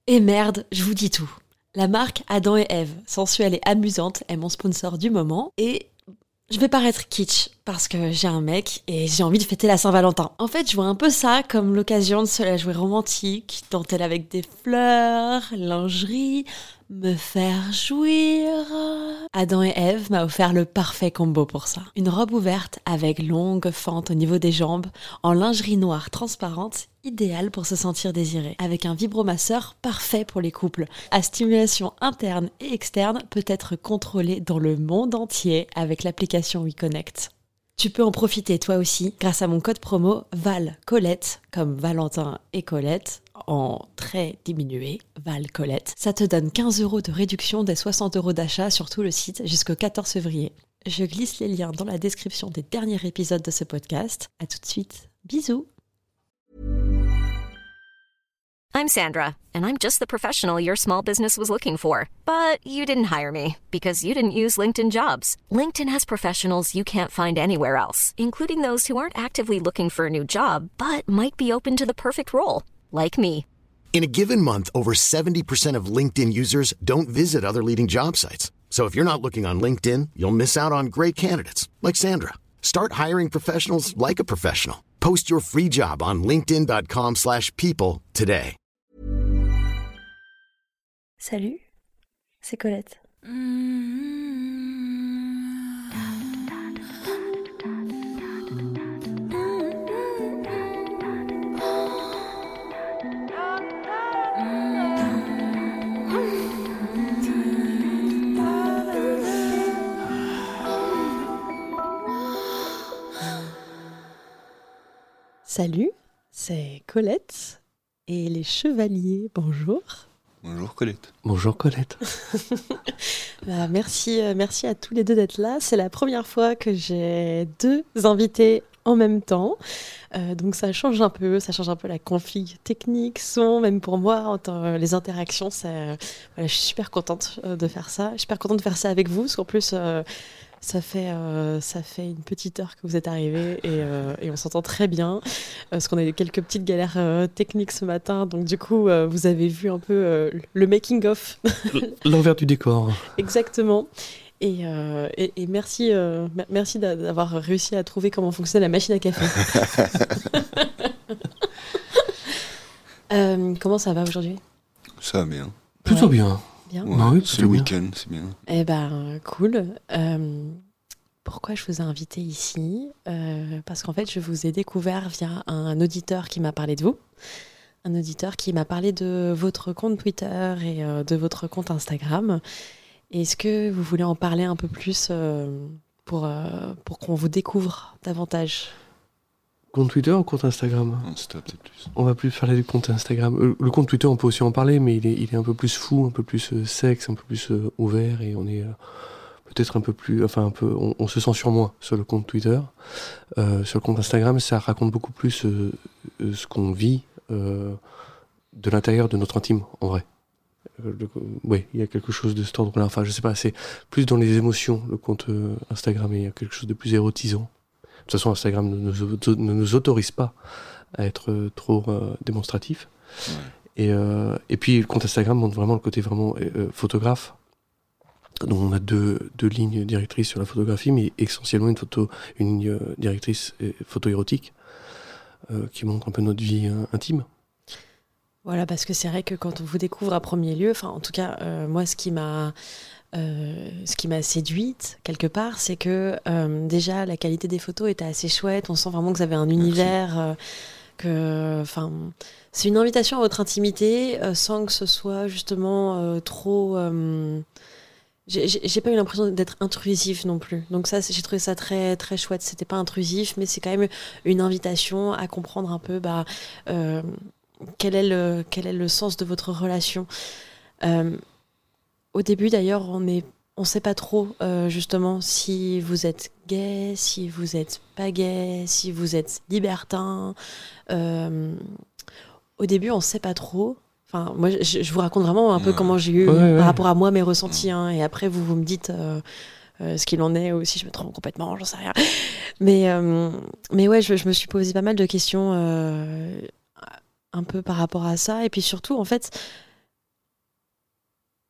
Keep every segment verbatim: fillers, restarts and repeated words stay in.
Et merde, je vous dis tout. La marque Adam et Ève, sensuelle et amusante, est mon sponsor du moment et je vais paraître kitsch parce que j'ai un mec et j'ai envie de fêter la Saint-Valentin. En fait, je vois un peu ça comme l'occasion de se la jouer romantique, dentelle avec des fleurs, lingerie, me faire jouir. Adam et Ève m'a offert le parfait combo pour ça. Une robe ouverte avec longue fente au niveau des jambes, en lingerie noire transparente, idéale pour se sentir désiré. Avec un vibromasseur parfait pour les couples. À stimulation interne et externe, peut être contrôlée dans le monde entier avec l'application WeConnect. Tu peux en profiter toi aussi grâce à mon code promo VALCOLETTE, comme Valentin et Colette, en très diminué, VALCOLETTE. Ça te donne quinze euros de réduction des soixante euros d'achat sur tout le site jusqu'au quatorze février. Je glisse les liens dans la description des derniers épisodes de ce podcast. À tout de suite. Bisous. I'm Sandra, and I'm just the professional your small business was looking for. But you didn't hire me because you didn't use LinkedIn Jobs. LinkedIn has professionals you can't find anywhere else, including those who aren't actively looking for a new job, but might be open to the perfect role, like me. In a given month, over seventy percent of LinkedIn users don't visit other leading job sites. So if you're not looking on LinkedIn, you'll miss out on great candidates, like Sandra. Start hiring professionals like a professional. Post your free job on linkedin.com slash people today. Salut, c'est Colette. Salut, c'est Colette et les chevaliers, bonjour. Bonjour Colette. Bonjour Colette. Bah, merci, euh, merci à tous les deux d'être là. C'est la première fois que j'ai deux invités en même temps. Euh, donc ça change un peu, ça change un peu la config technique, son, même pour moi, entre, les interactions. Ça, voilà, je suis super contente de faire ça. Je suis super contente de faire ça avec vous, parce qu'en plus... Euh, Ça fait, euh, ça fait une petite heure que vous êtes arrivés et, euh, et on s'entend très bien parce qu'on a eu quelques petites galères euh, techniques ce matin. Donc du coup, euh, vous avez vu un peu euh, le making-of. L'envers du décor. Exactement. Et, euh, et, et merci, euh, merci d'avoir réussi à trouver comment fonctionne la machine à café. euh, comment ça va aujourd'hui ? Ça va bien. Plutôt ouais. bien. Bien. Ouais, bah oui, c'est le bien. week-end, c'est bien. Eh ben, cool. Euh, pourquoi je vous ai invité ici ? euh, Parce qu'en fait, je vous ai découvert via un auditeur qui m'a parlé de vous. Un auditeur qui m'a parlé de votre compte Twitter et euh, de votre compte Instagram. Est-ce que vous voulez en parler un peu plus euh, pour, euh, pour qu'on vous découvre davantage ? Compte Twitter ou compte Instagram ? Insta peut-être plus. On va plus parler du compte Instagram. Euh, le compte Twitter, on peut aussi en parler, mais il est, il est un peu plus fou, un peu plus euh, sexe, un peu plus euh, ouvert, et on est euh, peut-être un peu plus... Enfin, un peu, on, on se censure moins sur le compte Twitter. Euh, sur le compte Instagram, ça raconte beaucoup plus euh, euh, ce qu'on vit euh, de l'intérieur de notre intime, en vrai. Euh, oui, il y a quelque chose de cet ordre-là. Enfin, je sais pas, c'est plus dans les émotions, le compte euh, Instagram, et il y a quelque chose de plus érotisant. De toute façon, Instagram ne nous, ne nous autorise pas à être euh, trop euh, démonstratif. Ouais. Et, euh, et puis, le compte Instagram montre vraiment le côté vraiment euh, photographe. Donc, on a deux, deux lignes directrices sur la photographie, mais essentiellement une, photo, une ligne euh, directrice euh, photo-érotique euh, qui montre un peu notre vie euh, intime. Voilà, parce que c'est vrai que quand on vous découvre à premier lieu, enfin, en tout cas, euh, moi, ce qui m'a... Euh, ce qui m'a séduite quelque part, c'est que euh, déjà la qualité des photos était assez chouette. On sent vraiment que vous avez un univers, euh, que, enfin, c'est une invitation à votre intimité euh, sans que ce soit justement euh, trop. Euh, j'ai, j'ai pas eu l'impression d'être intrusif non plus. Donc ça, j'ai trouvé ça très très chouette. C'était pas intrusif, mais c'est quand même une invitation à comprendre un peu, bah, euh, quel est le quel est le sens de votre relation. Euh, Au début, d'ailleurs, on est, on sait pas trop, euh, justement, si vous êtes gay, si vous êtes pas gay, si vous êtes libertin. Euh, au début, on sait pas trop. Enfin, moi, je, je vous raconte vraiment un peu Ouais. comment j'ai eu, Ouais, ouais. par rapport à moi, mes ressentis. Hein, et après, vous, vous me dites euh, euh, ce qu'il en est, ou si je me trompe complètement, j'en sais rien. Mais, euh, mais ouais, je, je me suis posé pas mal de questions euh, un peu par rapport à ça. Et puis surtout, en fait...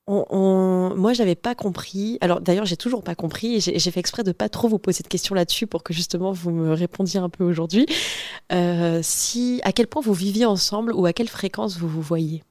On, on... Moi, j'avais pas compris. Alors, d'ailleurs, j'ai toujours pas compris. Et j'ai, j'ai fait exprès de pas trop vous poser de questions là-dessus pour que justement vous me répondiez un peu aujourd'hui. Euh, si, à quel point vous viviez ensemble ou à quelle fréquence vous vous voyez?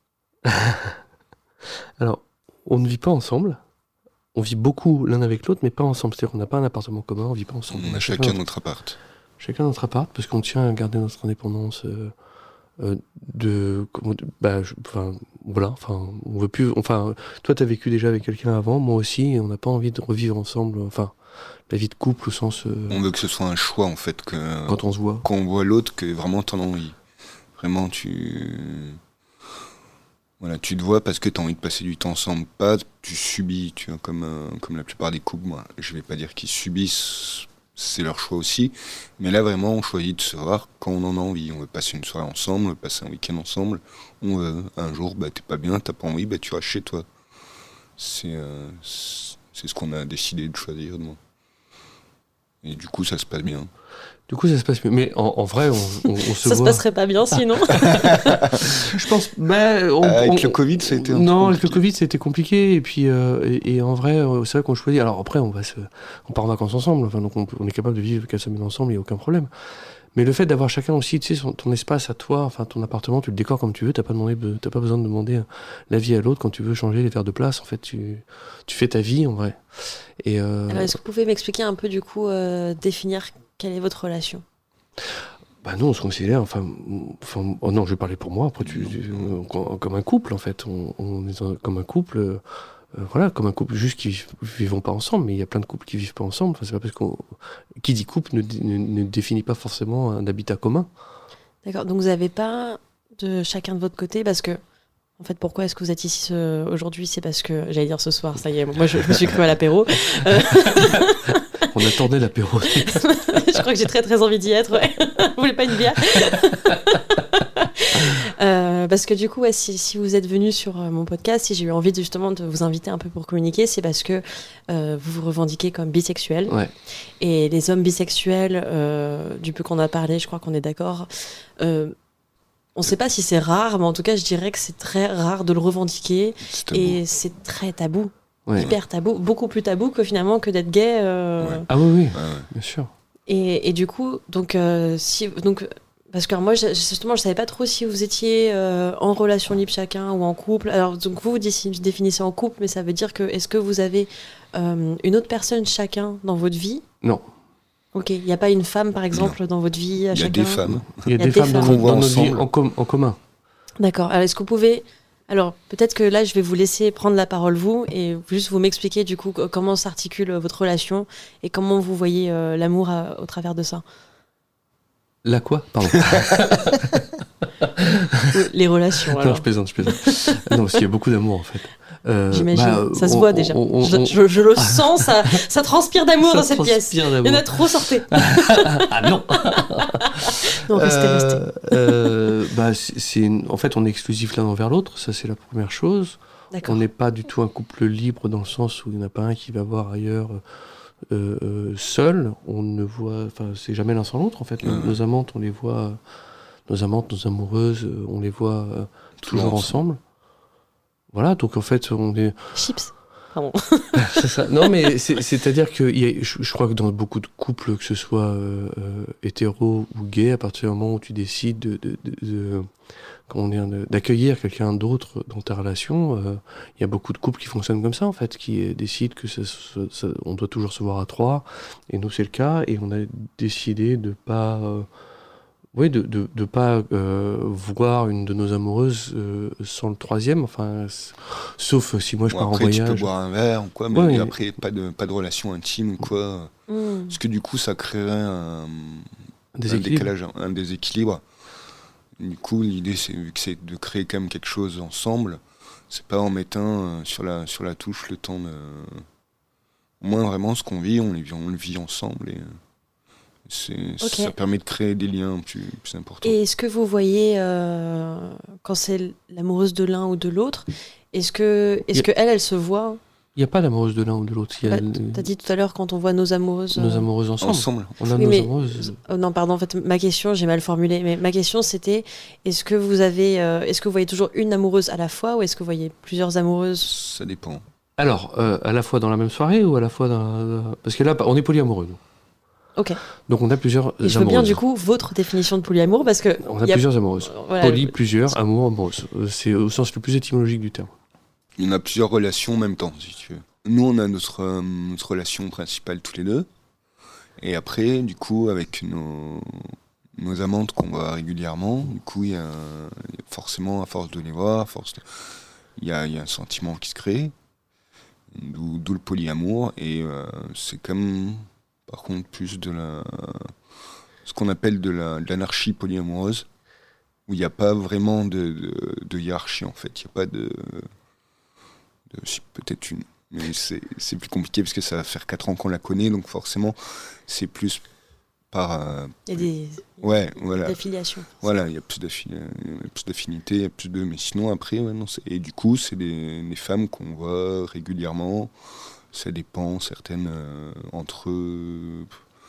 Alors, on ne vit pas ensemble. On vit beaucoup l'un avec l'autre, mais pas ensemble. C'est-à-dire qu'on n'a pas un appartement commun, on vit pas ensemble. On a chacun notre appart. Chacun notre appart, parce qu'on tient à garder notre indépendance. Euh, euh, de, comment, de, bah, je, enfin, voilà. Enfin, on veut plus. Enfin, toi, t'as vécu déjà avec quelqu'un avant, moi aussi, et on n'a pas envie de revivre ensemble. Enfin, la vie de couple au sens. Euh, on veut que ce soit un choix en fait, que quand on se voit. Quand on voit l'autre, que vraiment t'en as envie. Vraiment, tu. Voilà, tu te vois parce que tu as envie de passer du temps ensemble, pas tu subis, tu vois, comme, euh, comme la plupart des couples. Moi, je vais pas dire qu'ils subissent, c'est leur choix aussi, mais là vraiment on choisit de se voir quand on en a envie. On veut passer une soirée ensemble, on veut passer un week-end ensemble, on veut, un jour, bah t'es pas bien, t'as pas envie, bah tu restes chez toi. C'est, euh, c'est ce qu'on a décidé de choisir. Moi. Et du coup ça se passe bien. Du coup, ça se passe mieux. Mais en, en vrai, on, on, on se ça voit... se passerait pas bien sinon. Je pense... Bah, on, avec on, le Covid, ça a été un Non, peu avec le Covid, ça a été compliqué. Et puis, euh, et, et en vrai, c'est vrai qu'on choisit... Alors après, on va se... On part en vacances ensemble. Enfin, donc on, on est capable de vivre quatre semaines ensemble, il n'y a aucun problème. Mais le fait d'avoir chacun aussi, tu sais, son, ton espace à toi, enfin, ton appartement, tu le décores comme tu veux. T'as pas, demandé, t'as pas besoin de demander l'avis à l'autre quand tu veux changer les verres de place. En fait, tu, tu fais ta vie, en vrai. Et euh... Alors, est-ce que vous pouvez m'expliquer un peu, du coup, euh, définir quelle est votre relation? Bah nous on se considère, enfin, enfin oh non je vais parler pour moi, après tu, tu, comme un couple en fait, on, on est un, comme un couple, euh, voilà, comme un couple juste qui vivent, vivons pas ensemble, mais il y a plein de couples qui vivent pas ensemble, enfin, c'est pas parce qu'on, qui dit couple ne, ne, ne définit pas forcément un habitat commun. D'accord, donc vous avez pas de chacun de votre côté, parce que, en fait, pourquoi est-ce que vous êtes ici ce, aujourd'hui? C'est parce que, j'allais dire ce soir, ça y est, moi je, je me suis cru à l'apéro. Euh... On attendait l'apéro. Je crois que j'ai très très envie d'y être, ouais. Vous voulez pas une bière? euh, Parce que du coup, ouais, si, si vous êtes venu sur euh, mon podcast, si j'ai eu envie de, justement de vous inviter un peu pour communiquer, c'est parce que euh, vous vous revendiquez comme bisexuel. Ouais. Et les hommes bisexuels, euh, du peu qu'on a parlé, je crois qu'on est d'accord, euh, on ne sait pas si c'est rare, mais en tout cas, je dirais que c'est très rare de le revendiquer. C'est et c'est très tabou. Ouais. Hyper tabou, beaucoup plus tabou que finalement que d'être gay. Euh... Ouais. Ah oui, oui, ouais, ouais. bien sûr. Et, et du coup, donc, euh, si, donc, parce que moi, justement, je savais pas trop si vous étiez euh, en relation libre chacun ou en couple. Alors, donc vous vous définissez en couple, mais ça veut dire que est-ce que vous avez euh, une autre personne chacun dans votre vie? Non. Ok, il n'y a pas une femme, par exemple, non. dans votre vie à Il y a chacun? des femmes. Il y a, il y a des, des femmes, femmes dans, dans notre vie en, com- en commun. D'accord. Alors, est-ce que vous pouvez... Alors, peut-être que là, je vais vous laisser prendre la parole, vous, et juste vous m'expliquer, du coup, comment s'articule votre relation et comment vous voyez euh, l'amour à, au travers de ça. La quoi? Pardon. Les relations, alors. Non, je plaisante, je plaisante. Non, parce qu'il y a beaucoup d'amour, en fait. Euh, J'imagine, bah, ça on, se voit on, déjà. On, on, je, je, je le ah. sens, ça, ça transpire d'amour dans cette pièce. D'amour. Il y en a trop, sortez. Ah non. Non, restez, euh, restez. Euh, bah, c'est, c'est une... En fait, on est exclusif l'un envers l'autre, ça c'est la première chose. D'accord. On n'est pas du tout un couple libre dans le sens où il n'y en a pas un qui va voir ailleurs euh, euh, seul. On ne voit, enfin, c'est jamais l'un sans l'autre en fait. Mmh. Nos amantes, on les voit, nos amantes, nos amoureuses, on les voit euh, toujours ensemble. Voilà, donc en fait, on est... Chips. Pardon. C'est ça. Non, mais c'est, c'est-à-dire que y a, je, je crois que dans beaucoup de couples, que ce soit euh, euh, hétéro ou gay, à partir du moment où tu décides de, de, de, de, comment dire, de, d'accueillir quelqu'un d'autre dans ta relation, il euh, y a beaucoup de couples qui fonctionnent comme ça, en fait, qui décident que ça, ça, ça, on doit toujours se voir à trois, et nous c'est le cas, et on a décidé de pas... Euh, Oui, de de de pas euh, voir une de nos amoureuses euh, sans le troisième, enfin, sauf si moi je bon, pars après, en voyage. Après, tu peux boire un verre ou quoi, mais ouais, après, pas de, pas de relation intime ou quoi. Mm. Parce que du coup, ça créerait un, un, déséquilibre. un décalage, un déséquilibre. Du coup, l'idée, c'est, vu que c'est de créer quand même quelque chose ensemble, c'est pas en mettant euh, sur, la, sur la touche le temps de... Au moins, vraiment, ce qu'on vit, on le vit, on le vit ensemble et... C'est, okay. Ça permet de créer des liens plus, plus importants. Et est-ce que vous voyez, euh, quand c'est l'amoureuse de l'un ou de l'autre, est-ce que, est-ce a... que elle, elle se voit Il n'y a pas d'amoureuse de l'un ou de l'autre. Il y a Bah, le- T'as dit tout à l'heure quand on voit nos amoureuses. nos euh, amoureuses ensemble. Ensemble. On a Oui, nos mais- amoureuses. Oh non, pardon, en fait, ma question, j'ai mal formulé, mais ma question c'était est-ce que vous avez, euh, est-ce que vous voyez toujours une amoureuse à la fois ou est-ce que vous voyez plusieurs amoureuses? Ça dépend. Alors, euh, à la fois dans la même soirée ou à la fois dans... Parce que là, on est polyamoureux, nous. Ok. Donc on a plusieurs Et je veux amoureuses. bien du coup votre définition de polyamour parce que On a il y a- plusieurs amoureuses. voilà, Poly, plusieurs, amour, amoureuse. Euh, C'est au sens le plus étymologique du terme. Il y en a plusieurs relations en même temps, si tu veux. Nous, on a notre, euh, notre relation principale tous les deux. Et après, du coup, avec nos, nos amantes qu'on voit régulièrement, du coup, il y a forcément, à force de les voir, à force de- il y a, il y a un sentiment qui se crée. D'où, d'où le polyamour. Et euh, c'est comme, par contre, plus de la... ce qu'on appelle de, la, de l'anarchie polyamoureuse, où il n'y a pas vraiment de, de, de hiérarchie, en fait. Il n'y a pas de... de si, peut-être une... Mais c'est, c'est plus compliqué parce que ça va faire quatre ans qu'on la connaît, donc forcément, c'est plus par... euh, il y a des ouais, voilà. affiliations. Voilà, il y a plus, d'affi- il y a plus d'affinité, il y a plus de... Mais sinon, après, ouais, non, c'est... Et du coup, c'est des, des femmes qu'on voit régulièrement. Ça dépend, certaines, euh, entre euh,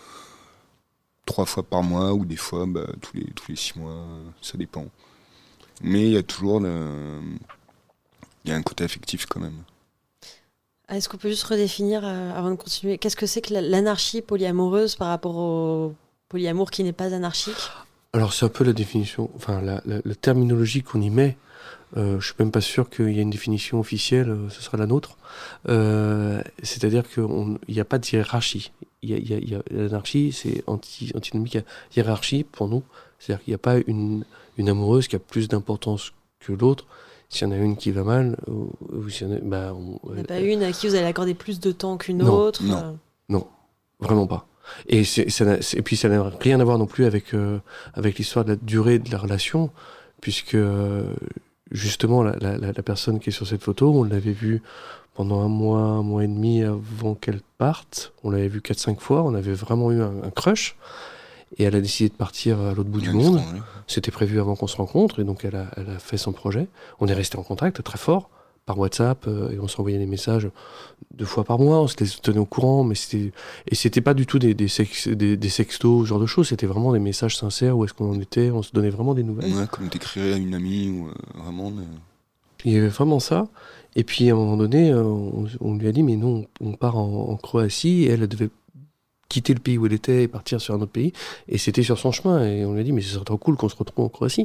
trois fois par mois, ou des fois, bah, tous, les, tous les six mois, euh, ça dépend. Mais il y a toujours... le- Il y a un côté affectif, quand même. Est-ce qu'on peut juste redéfinir euh, avant de continuer qu'est-ce que c'est que la- l'anarchie polyamoureuse par rapport au polyamour qui n'est pas anarchique? Alors c'est un peu la définition, enfin la, la- la terminologie qu'on y met. Euh, je suis même pas sûr qu'il y ait une définition officielle, euh, ce sera la nôtre. Euh, c'est-à-dire qu'il n'y a pas de hiérarchie. Il y a, il y a- il y a- l'anarchie, c'est anti, antinomique à hiérarchie pour nous. C'est-à-dire qu'il n'y a pas une, une amoureuse qui a plus d'importance que l'autre. S'il y en a une qui va mal, ou, ou s'il y en a, bah, on- Il n'y en a euh, pas une à qui vous allez accorder plus de temps qu'une Non, autre? non. euh, Non, vraiment pas. Et, c'est, ça n'a- c'est- et puis ça n'a rien à voir non plus avec, euh, avec l'histoire de la durée de la relation, puisque euh, justement la, la, la la personne qui est sur cette photo, on l'avait vue pendant un mois, un mois et demi avant qu'elle parte. On l'avait vue quatre cinq fois, on avait vraiment eu un, un crush. Et elle a décidé de partir à l'autre bout du Un monde. étranger. C'était prévu avant qu'on se rencontre, et donc elle a, elle a fait son projet. On est resté en contact très fort par WhatsApp, euh, et on s'envoyait des messages deux fois par mois, on se les tenait au courant, mais c'était et c'était pas du tout des, des, sex, des, des sextos, ce genre de choses, c'était vraiment des messages sincères, où est-ce qu'on en était, on se donnait vraiment des nouvelles. Ouais, comme t'écrirais à une amie, ou euh, vraiment... euh, Il y avait vraiment ça, et puis à un moment donné, euh, on, on lui a dit, mais non, on part en, en Croatie, et elle devait quitter le pays où elle était et partir sur un autre pays, et c'était sur son chemin, et on lui a dit, mais ce serait trop cool qu'on se retrouve en Croatie.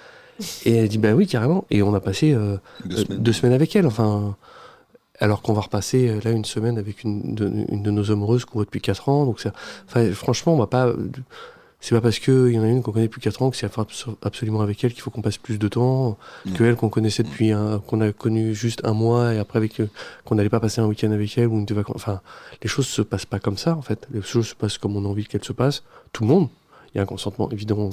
Et elle a dit, bah oui, carrément, et on a passé euh, deux euh, semaines. deux semaines avec elle, enfin, alors qu'on va repasser euh, là une semaine avec une de, une de nos amoureuses qu'on voit depuis quatre ans, donc ça, enfin, franchement, on va pas, c'est pas parce qu'il y en a une qu'on connaît depuis quatre ans que c'est abso- absolument avec elle qu'il faut qu'on passe plus de temps Non. que elle qu'on connaissait depuis un, qu'on a connu juste un mois et après avec euh, qu'on n'allait pas passer un week-end avec elle ou une de vacances. Enfin, les choses se passent pas comme ça en fait. Les choses se passent comme on a envie qu'elles se passent. Tout le monde. Il y a un consentement évident.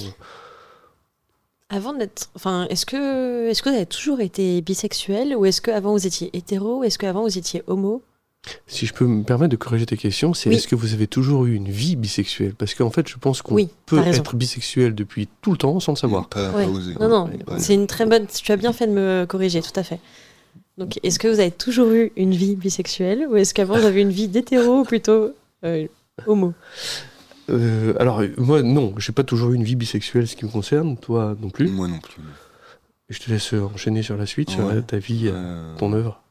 Avant d'être, enfin, est-ce que, est-ce que vous avez toujours été bisexuel ou est-ce que avant vous étiez hétéro, ou est-ce que avant vous étiez homo? Si je peux me permettre de corriger tes questions, c'est Oui. est-ce que vous avez toujours eu une vie bisexuelle? Parce qu'en fait, je pense qu'on Oui, peut t'as raison. être bisexuel depuis tout le temps sans le savoir. Pas, Ouais. pas osé. Non, non, Pas- c'est une très bonne. Tu as bien fait de me corriger, tout à fait. Donc, est-ce que vous avez toujours eu une vie bisexuelle ou est-ce qu'avant vous avez une vie d'hétéro ou plutôt euh, homo? Euh, alors, euh, moi, non, j'ai pas toujours eu une vie bisexuelle, ce qui me concerne. Toi non plus. Moi non plus. Je te laisse euh, enchaîner sur la suite, sur Ouais. euh, ta vie, euh, Euh, ton œuvre.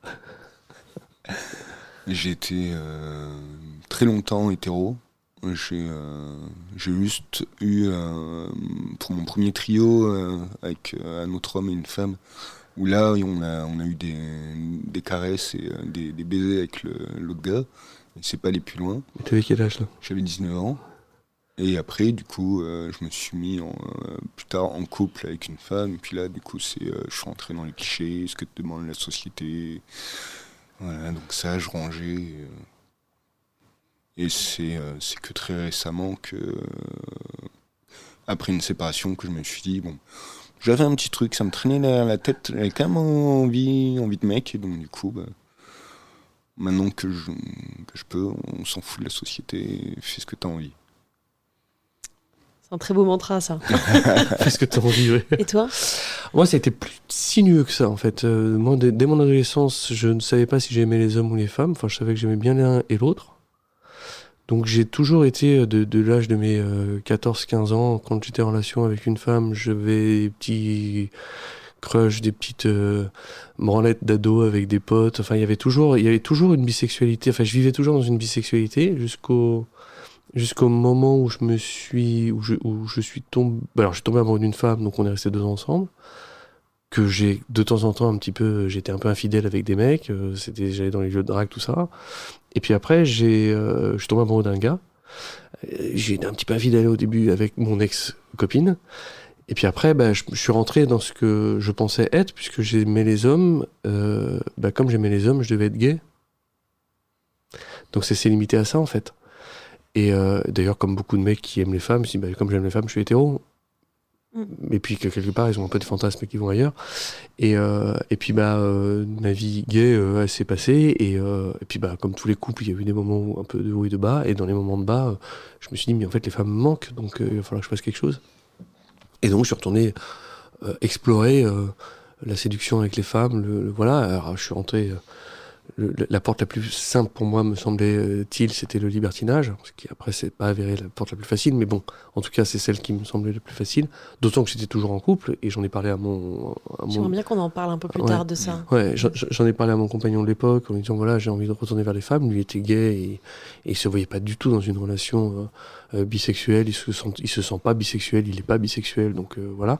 J'ai été euh, très longtemps hétéro. J'ai, euh, j'ai juste eu, euh, pour mon premier trio, euh, avec euh, un autre homme et une femme, où là, on a, on a eu des, des caresses et euh, des, des baisers avec le, l'autre gars. Et c'est pas allé plus loin. Et t'avais quel âge là? J'avais dix-neuf ans. Et après, du coup, euh, je me suis mis en, euh, plus tard en couple avec une femme. Et puis là, du coup, c'est, euh, je suis rentré dans les clichés, ce que te demande la société. Voilà, donc ça, je rangeais. Et, euh, et c'est, euh, c'est que très récemment que, euh, après une séparation, que je me suis dit, bon, j'avais un petit truc, ça me traînait derrière la tête, j'avais quand même envie, envie de mec. Et donc, du coup, bah, maintenant que je, que je peux, on s'en fout de la société, fais ce que t'as envie. C'est un très beau mantra, ça. Fais ce que t'as envie, ouais. Et toi ? Moi, ça a été plus sinueux que ça, en fait. Euh, moi, dès, dès mon adolescence, je ne savais pas si j'aimais les hommes ou les femmes. Enfin, je savais que j'aimais bien l'un et l'autre. Donc, j'ai toujours été, de, de l'âge de mes euh, quatorze quinze ans, quand j'étais en relation avec une femme, j'avais des petits crushs, des petites euh, branlettes d'ado avec des potes. Enfin, il y avait toujours, il y avait toujours une bisexualité. Enfin, je vivais toujours dans une bisexualité jusqu'au... Jusqu'au moment où je me suis, où je, où je suis tombé, alors je suis tombé amoureux d'une femme, donc on est restés deux ans ensemble, que j'ai de temps en temps un petit peu, j'étais un peu infidèle avec des mecs, euh, c'était, j'allais dans les lieux de drague, tout ça, et puis après j'ai, euh, je suis tombé amoureux d'un gars, j'ai été un petit peu infidèle au début avec mon ex-copine, et puis après bah, je, je suis rentré dans ce que je pensais être, puisque j'aimais les hommes, euh, bah, comme j'aimais les hommes, je devais être gay, donc c'est, c'est limité à ça en fait. Et euh, d'ailleurs, comme beaucoup de mecs qui aiment les femmes, je dis, bah, comme j'aime les femmes, je suis hétéro. Mm. Et puis, que, quelque part, ils ont un peu de fantasmes qui vont ailleurs. Et, euh, et puis, bah, euh, ma vie gay, euh, elle s'est passée. Et, euh, et puis, bah, comme tous les couples, il y a eu des moments où, un peu de haut et de bas. Et dans les moments de bas, euh, je me suis dit, mais en fait, les femmes me manquent. Donc, euh, il va falloir que je fasse quelque chose. Et donc, je suis retourné euh, explorer euh, la séduction avec les femmes. Le, le, voilà. Alors, je suis rentré... Euh, Le, la porte la plus simple pour moi me semblait-il, c'était le libertinage, ce qui après c'est pas avéré la porte la plus facile, mais bon, en tout cas c'est celle qui me semblait la plus facile, d'autant que j'étais toujours en couple, et j'en ai parlé à mon... À mon... J'aimerais bien qu'on en parle un peu plus ouais. tard de ça. Ouais, j'en, j'en ai parlé à mon compagnon de l'époque, en lui disant voilà, j'ai envie de retourner vers les femmes, lui était gay, et, et il se voyait pas du tout dans une relation euh, euh, bisexuelle, il se, sent, il se sent pas bisexuel, il est pas bisexuel, donc euh, voilà.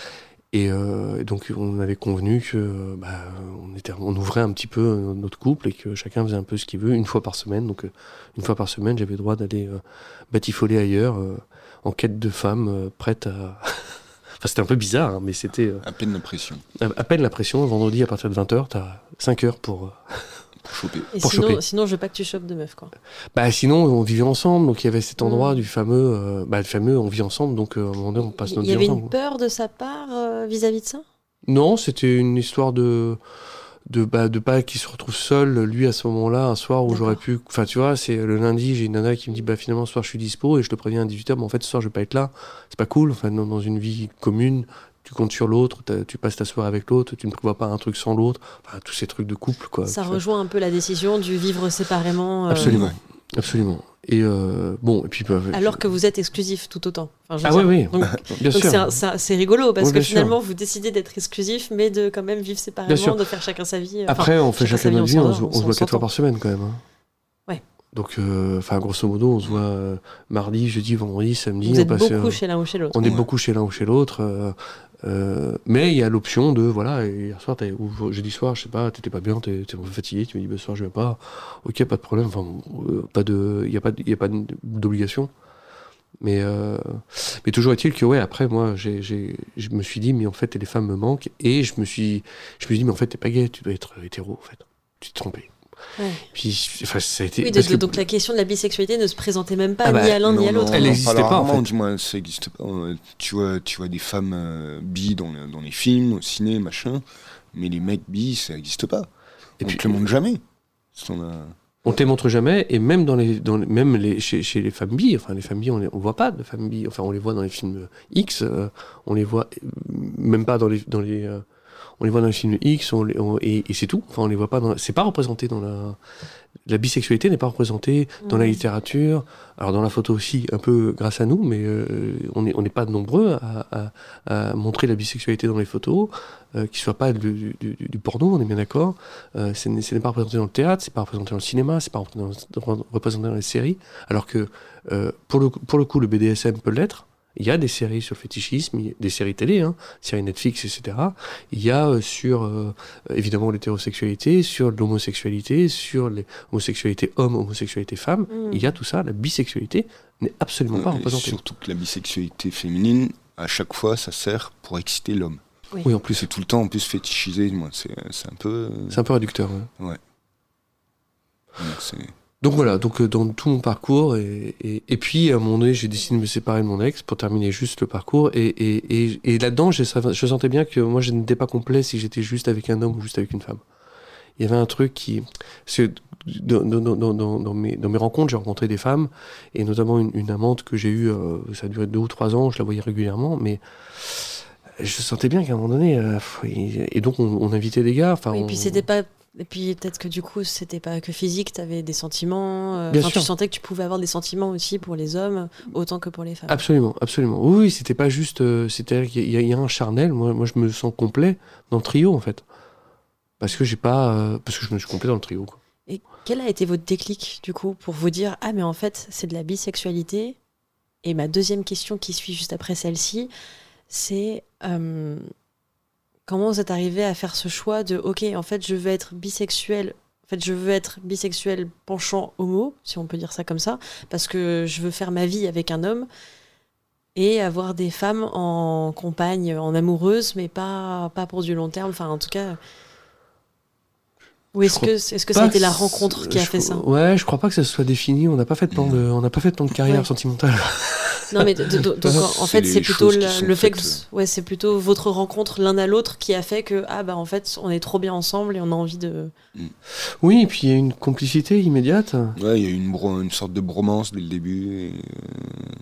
Et euh, donc on avait convenu que bah, on, était, on ouvrait un petit peu notre couple et que chacun faisait un peu ce qu'il veut une fois par semaine. Donc euh, une fois par semaine, j'avais le droit d'aller euh, batifoler ailleurs euh, en quête de femmes euh, prêtes à... enfin c'était un peu bizarre, hein, mais c'était... Euh, à peine la pression. À, à peine la pression. Vendredi à partir de vingt heures, t'as cinq heures pour... Euh, pour choper. Et pour sinon, choper. sinon, je veux pas que tu chopes de meuf, quoi. Bah sinon, on vivait ensemble, donc il y avait cet endroit mmh. du fameux... Euh, bah le fameux, on vit ensemble, donc euh, à un moment donné, on passe notre vie ensemble. Il y avait une peur de sa part euh, vis-à-vis de ça ? Non, c'était une histoire de de bah, de pas qu'il se retrouve seul lui à ce moment-là, un soir où D'accord. j'aurais pu, enfin tu vois, c'est le lundi, j'ai une nana qui me dit bah finalement ce soir je suis dispo et je te préviens à dix-huit heures, mais en fait ce soir je vais pas être là, c'est pas cool, enfin dans, dans une vie commune, tu comptes sur l'autre, tu passes ta soirée avec l'autre, tu ne prévois pas un truc sans l'autre, enfin tous ces trucs de couple quoi. Ça tu rejoint vois. un peu la décision du vivre séparément. Euh... Absolument, absolument. Et euh, bon, et puis bah, alors que vous êtes exclusif tout autant. Enfin, je ah veux oui, dire. oui, donc, bien donc sûr. C'est, un, c'est, c'est rigolo parce oui, que sûr. finalement vous décidez d'être exclusif, mais de quand même vivre séparément, de faire chacun sa vie. Après, enfin, on fait chacun notre vie, on, on, on se voit quatre fois par semaine quand même. Hein. Ouais. Donc, enfin, euh, grosso modo, on se voit euh, mardi, jeudi, vendredi, samedi. Vous on êtes passe, beaucoup euh, chez l'un ou chez l'autre. On ouais. est beaucoup chez l'un ou chez l'autre. Euh, euh, mais il y a l'option de, voilà, hier soir, ou jeudi soir, je sais pas, t'étais pas bien, t'es, t'es un peu fatigué, tu me dis, bah, ce soir, je viens pas. Ok, pas de problème. Enfin, euh, pas de, il y a pas, il y a pas d'obligation. Mais, euh, mais toujours est-il que, ouais, après, moi, j'ai, j'ai, je me suis dit, mais en fait, les femmes me manquent. Et je me suis, je me suis dit, mais en fait, t'es pas gay, tu dois être hétéro, en fait. Tu t'es trompé. Ouais. Puis, enfin, ça a été. Oui, de, de, que... donc la question de la bisexualité ne se présentait même pas ah bah, ni à l'un non, ni à l'autre. Non, Elle non, n'existait pas, en fait. Dis-moi, ça n'existe pas. Tu vois, tu vois des femmes euh, bi dans, le, dans les films, au ciné, machin, mais les mecs bi, ça n'existe pas. Et on puis, te le montre jamais. On, a... on te les montre jamais, et même dans les, dans les, même les, chez, chez les femmes bi, enfin les femmes bi, on ne voit pas de femmes bi. Enfin, on les voit dans les films X, euh, on les voit même pas dans les, dans les euh, on les voit dans les films X, on les, on, et, et c'est tout. Enfin, on les voit pas dans. C'est pas représenté dans la. La bisexualité n'est pas représentée dans mmh. la littérature, alors dans la photo aussi, un peu grâce à nous, mais euh, on n'est on n'est pas nombreux à, à, à montrer la bisexualité dans les photos, euh, qui soit pas du, du, du porno, on est bien d'accord. Euh, ce n'est pas représenté dans le théâtre, c'est pas représenté dans le cinéma, c'est pas représenté dans les séries, alors que euh, pour le pour le coup, le B D S M peut l'être. Il y a des séries sur le fétichisme, des séries télé, hein, séries Netflix, et cetera. Il y a euh, sur, euh, évidemment, l'hétérosexualité, sur l'homosexualité, sur l'homosexualité homme, homosexualité femme. Mmh. Il y a tout ça. La bisexualité n'est absolument euh, pas représentée. Surtout que la bisexualité féminine, à chaque fois, ça sert pour exciter l'homme. Oui, oui en plus. C'est tout le temps en plus fétichisé. Moi, c'est, c'est un peu... C'est un peu réducteur. Ouais. ouais. Donc, c'est... Donc voilà, donc euh, dans tout mon parcours, et, et, et puis à un moment donné, j'ai décidé de me séparer de mon ex pour terminer juste le parcours. Et, et, et, et là-dedans, je, je sentais bien que moi, je n'étais pas complet si j'étais juste avec un homme ou juste avec une femme. il y avait un truc qui... C'est, dans, dans, dans, dans, dans, mes, dans mes rencontres, j'ai rencontré des femmes, et notamment une, une amante que j'ai eue, euh, ça a duré deux ou trois ans, je la voyais régulièrement, mais je sentais bien qu'à un moment donné... Euh, et, et donc, on, on invitait des gars... Oui, et on, puis c'était pas... Et puis peut-être que du coup, c'était pas que physique, t'avais des sentiments. Euh, Bien enfin, sûr. tu sentais que tu pouvais avoir des sentiments aussi pour les hommes, autant que pour les femmes. Absolument, absolument. Oui, oui, c'était pas juste... Euh, c'est-à-dire qu'il y a, il y a un charnel, moi, moi je me sens complet dans le trio, en fait. Parce que j'ai pas... Euh, parce que je me suis complet dans le trio, quoi. Et quel a été votre déclic, du coup, pour vous dire « Ah, mais en fait, c'est de la bisexualité ?» Et ma deuxième question qui suit juste après celle-ci, c'est... Euh, Comment vous êtes arrivé à faire ce choix de « Ok, en fait, je veux être bisexuel, en fait, je veux être bisexuel penchant homo, si on peut dire ça comme ça, parce que je veux faire ma vie avec un homme et avoir des femmes en compagne, en amoureuse, mais pas, pas pour du long terme. Enfin, en tout cas... » Ou est-ce que, est-ce que ça a été la rencontre qui a fait ça ? Ouais, je crois pas que ça se soit défini. On n'a pas fait de plan de, on n'a pas fait de plan de carrière Ouais. sentimentale. Non, mais de- de- donc en, en fait, C'est c'est les plutôt choses qui le, sont le fait que, faites. ouais, c'est plutôt votre rencontre l'un à l'autre qui a fait que ah bah en fait, on est trop bien ensemble et on a envie de. Oui, et puis il y a une complicité immédiate. Ouais, il y a eu une, bro- une sorte de bromance dès le début. Et, euh,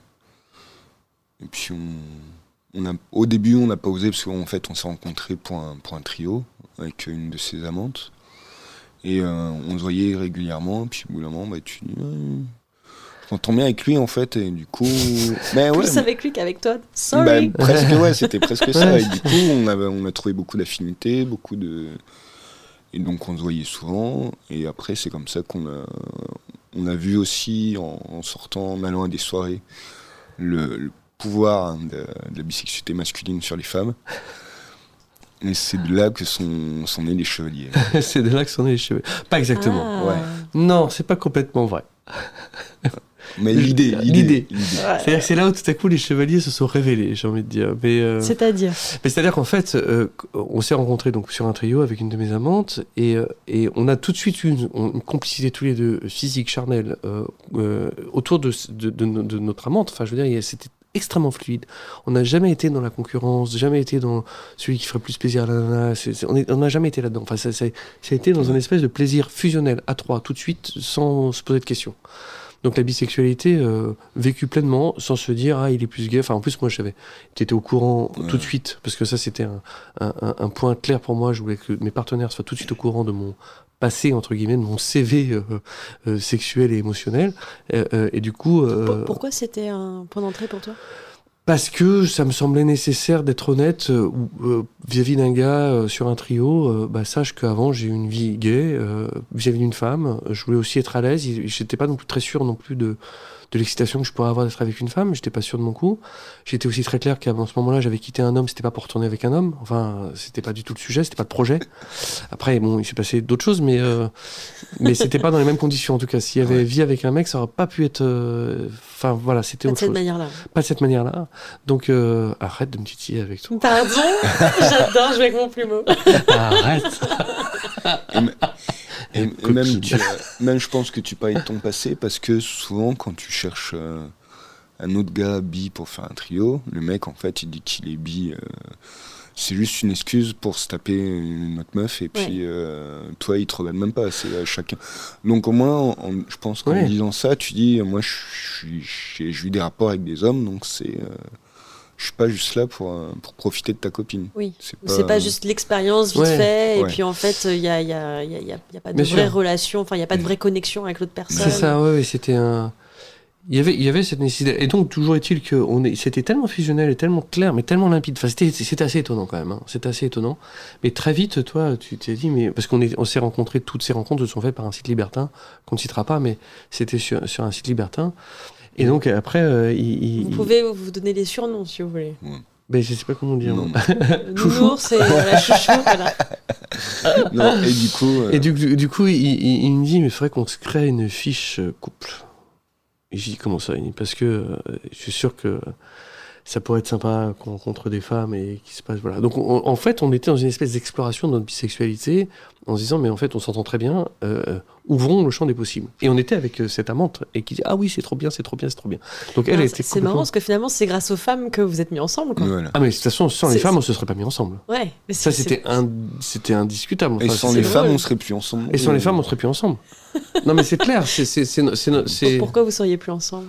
et puis, on, on a, au début, on n'a pas osé parce qu'en fait, on s'est rencontrés pour un, pour un trio avec une de ses amantes. Et euh, on se voyait régulièrement. Puis, au bout d'un moment, bah, tu dis. Ouais, je m'entends bien avec lui, en fait. Et du coup. Mais ouais, Plus mais- avec lui qu'avec toi. Sorry. Bah, presque, ouais, c'était presque ça. Ouais. Et du coup, on a, on a trouvé beaucoup d'affinités, beaucoup de. Et donc, on se voyait souvent. Et après, c'est comme ça qu'on a, on a vu aussi, en, en sortant, en allant à des soirées, le, le pouvoir hein, de, de la bisexualité masculine sur les femmes. Et c'est de là que sont, sont nés les chevaliers. C'est de là que sont nés les cheveux. Pas exactement. Ah. Ouais. Non, c'est pas complètement vrai. Mais l'idée, L'idée. l'idée. Ouais. C'est-à-dire que c'est là où tout à coup les chevaliers se sont révélés, j'ai envie de dire. Mais, euh, C'est-à-dire. mais c'est-à-dire qu'en fait, euh, on s'est rencontrés donc sur un trio avec une de mes amantes et, euh, et on a tout de suite eu une, une complicité tous les deux physique, charnelle, euh, euh, autour de, de, de, de notre amante. Enfin, je veux dire, c'était extrêmement fluide. On n'a jamais été dans la concurrence, jamais été dans celui qui ferait plus plaisir à la nana. C'est, c'est, on n'a jamais été là-dedans. Enfin, ça, ça, ça a été dans une espèce de plaisir fusionnel à trois, tout de suite, sans se poser de questions. Donc la bisexualité euh, vécue pleinement, sans se dire ah il est plus gay. Enfin en plus moi j'avais, t'étais au courant Ouais. tout de suite parce que ça c'était un, un, un point clair pour moi. Je voulais que mes partenaires soient tout de suite au courant de mon passé entre guillemets, de mon C V euh, euh, sexuel et émotionnel. Euh, euh, et du coup. Euh, Pour- Pourquoi c'était un point d'entrée pour toi ? Parce que ça me semblait nécessaire d'être honnête euh, ou, euh, vis-à-vis d'un gars euh, sur un trio. Euh, bah, sache qu'avant j'ai eu une vie gay euh, vis-à-vis d'une femme. Je voulais aussi être à l'aise. J'étais pas non plus très sûr non plus de, de l'excitation que je pourrais avoir d'être avec une femme. J'étais pas sûr de mon coup. J'étais aussi très clair qu'à ce moment-là j'avais quitté un homme. C'était pas pour retourner avec un homme. Enfin, c'était pas du tout le sujet. C'était pas le projet. Après, bon, il s'est passé d'autres choses, mais euh, mais c'était pas dans les mêmes conditions en tout cas. S'il y avait Ouais. vie avec un mec, ça aurait pas pu être. Enfin euh, voilà, c'était Pas de autre cette chose. manière-là. Pas de cette manière-là. Donc, euh, arrête de me titiller avec tout. Pardon. J'adore jouer avec mon plumeau. Arrête. Et, m- et- et Coquine. même, tu, euh, même je pense que tu parles de ton passé parce que souvent quand tu cherches euh, un autre gars bi pour faire un trio, le mec en fait il dit qu'il est bi. euh, c'est juste une excuse pour se taper une autre meuf et puis euh, toi il te regarde même pas, c'est à chacun. Donc au moins en- en- je pense qu'en Ouais. disant ça tu dis moi je suis j'ai j'ai eu des rapports avec des hommes donc c'est euh, je suis pas juste là pour, euh, pour profiter de ta copine. Oui. C'est C'est pas juste l'expérience vite Ouais. fait, et Ouais. puis en fait, il n'y a, y a, y a, y a- y a pas de Bien vraie sûr. relation, enfin, il n'y a pas de Mm. vraie connexion avec l'autre personne. C'est ça, ouais, ouais, c'était un. Il y avait, il y avait cette nécessité. Et donc, toujours est-il que on est, c'était tellement fusionnel et tellement clair, mais tellement limpide. Enfin, c'était, c'était assez étonnant quand même. Hein. C'était assez étonnant. Mais très vite, toi, tu t'es dit, mais parce qu'on est, on s'est rencontrés, toutes ces rencontres se sont faites par un site libertin qu'on ne citera pas, mais c'était sur, sur un site libertin. Et donc après, euh, il, il- Vous il- pouvez vous donner les surnoms si vous voulez. ben, je sais pas comment dire. Non. moi. Nounours et voilà, chouchou, voilà. Non, et du coup euh, Et du, du, du coup, il, il- il me dit, mais il faudrait qu'on se crée une fiche euh, couple. Et j'ai dit, comment ça ? Il dit, parce que euh, je suis sûr que ça pourrait être sympa qu'on rencontre des femmes et qu'il se passe voilà. Donc on, en fait, on était dans une espèce d'exploration de notre bisexualité en se disant mais en fait on s'entend très bien, euh, ouvrons le champ des possibles. Et on était avec euh, cette amante et qui dit ah oui c'est trop bien, c'est trop bien, c'est trop bien. Donc elle Alors, était c'est complètement... marrant parce que finalement c'est grâce aux femmes que vous êtes mis ensemble quoi. Voilà. Ah mais de toute façon sans les C'est- femmes on se serait pas mis ensemble. Ouais. Mais Ça c'est- c'était c'est- un, c'était indiscutable. Et Enfin, sans c'est- les drôle. femmes, on serait plus ensemble. et sans les femmes on serait plus ensemble. Non mais c'est clair, c'est c'est c'est, c'est, c'est... Pourquoi vous seriez plus ensemble?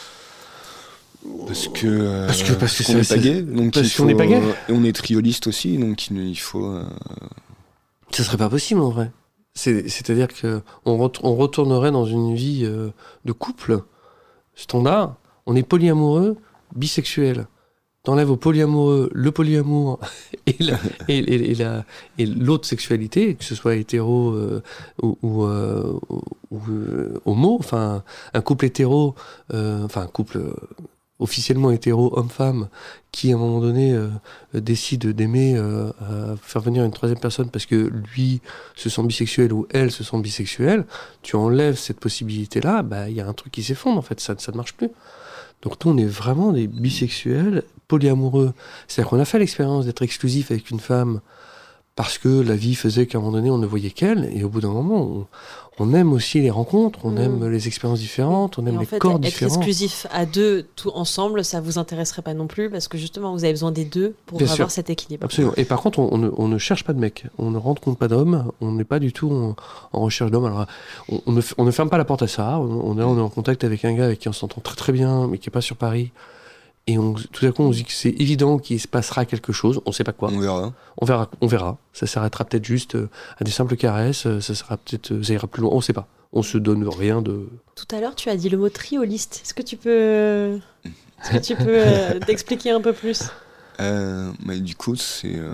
Parce que euh, Parce que- parce que qu'on c'est- n'est pas c'est- gay, donc parce il qu'on faut, n'est pas gay. euh, et on est trioliste aussi, donc il, il faut. euh, Ça serait pas possible en vrai. C'est, c'est-à-dire que on, ret- on retournerait dans une vie euh, de couple standard. On est polyamoureux, bisexuel. T'enlèves au polyamoureux le polyamour et, la, et, et- et la, et l'autre sexualité, que ce soit hétéro euh, ou, ou, euh, ou, ou, euh, homo, enfin un couple hétéro, euh, enfin un couple euh, officiellement hétéro homme-femme qui à un moment donné euh, décide d'aimer euh, à faire venir une troisième personne parce que lui se sent bisexuel ou elle se sent bisexuelle, tu enlèves cette possibilité-là, bah il y a un truc qui s'effondre en fait, ça, ça ne marche plus. Donc nous on est vraiment des bisexuels polyamoureux. C'est-à-dire qu'on a fait l'expérience d'être exclusif avec une femme parce que la vie faisait qu'à un moment donné on ne voyait qu'elle et au bout d'un moment on, on aime aussi les rencontres, on Mm. aime les expériences différentes, on Et aime en les fait, corps être différents. exclusif à deux, tout ensemble, ça vous intéresserait pas non plus parce que justement, vous avez besoin des deux pour Bien avoir sûr. cet équilibre. Absolument. Et par contre, on, on ne, on ne cherche pas de mec. On ne rencontre pas d'hommes. On n'est pas du tout en, en recherche d'hommes. Alors, on, on, ne, f- on ne ferme pas la porte à ça. On, on, est, on est en contact avec un gars avec qui on s'entend très très bien, mais qui n'est pas sur Paris. Et on, tout à coup, on se dit que c'est évident qu'il se passera quelque chose. On ne sait pas quoi. On verra. On verra. On verra. Ça s'arrêtera peut-être juste euh, à des simples caresses. euh, Ça sera peut-être, euh, ça ira plus loin. On ne sait pas. On se donne rien de. Tout à l'heure, tu as dit le mot trioliste. Est-ce que tu peux, est-ce que tu peux euh, t'expliquer un peu plus? Euh, mais du coup, c'est euh,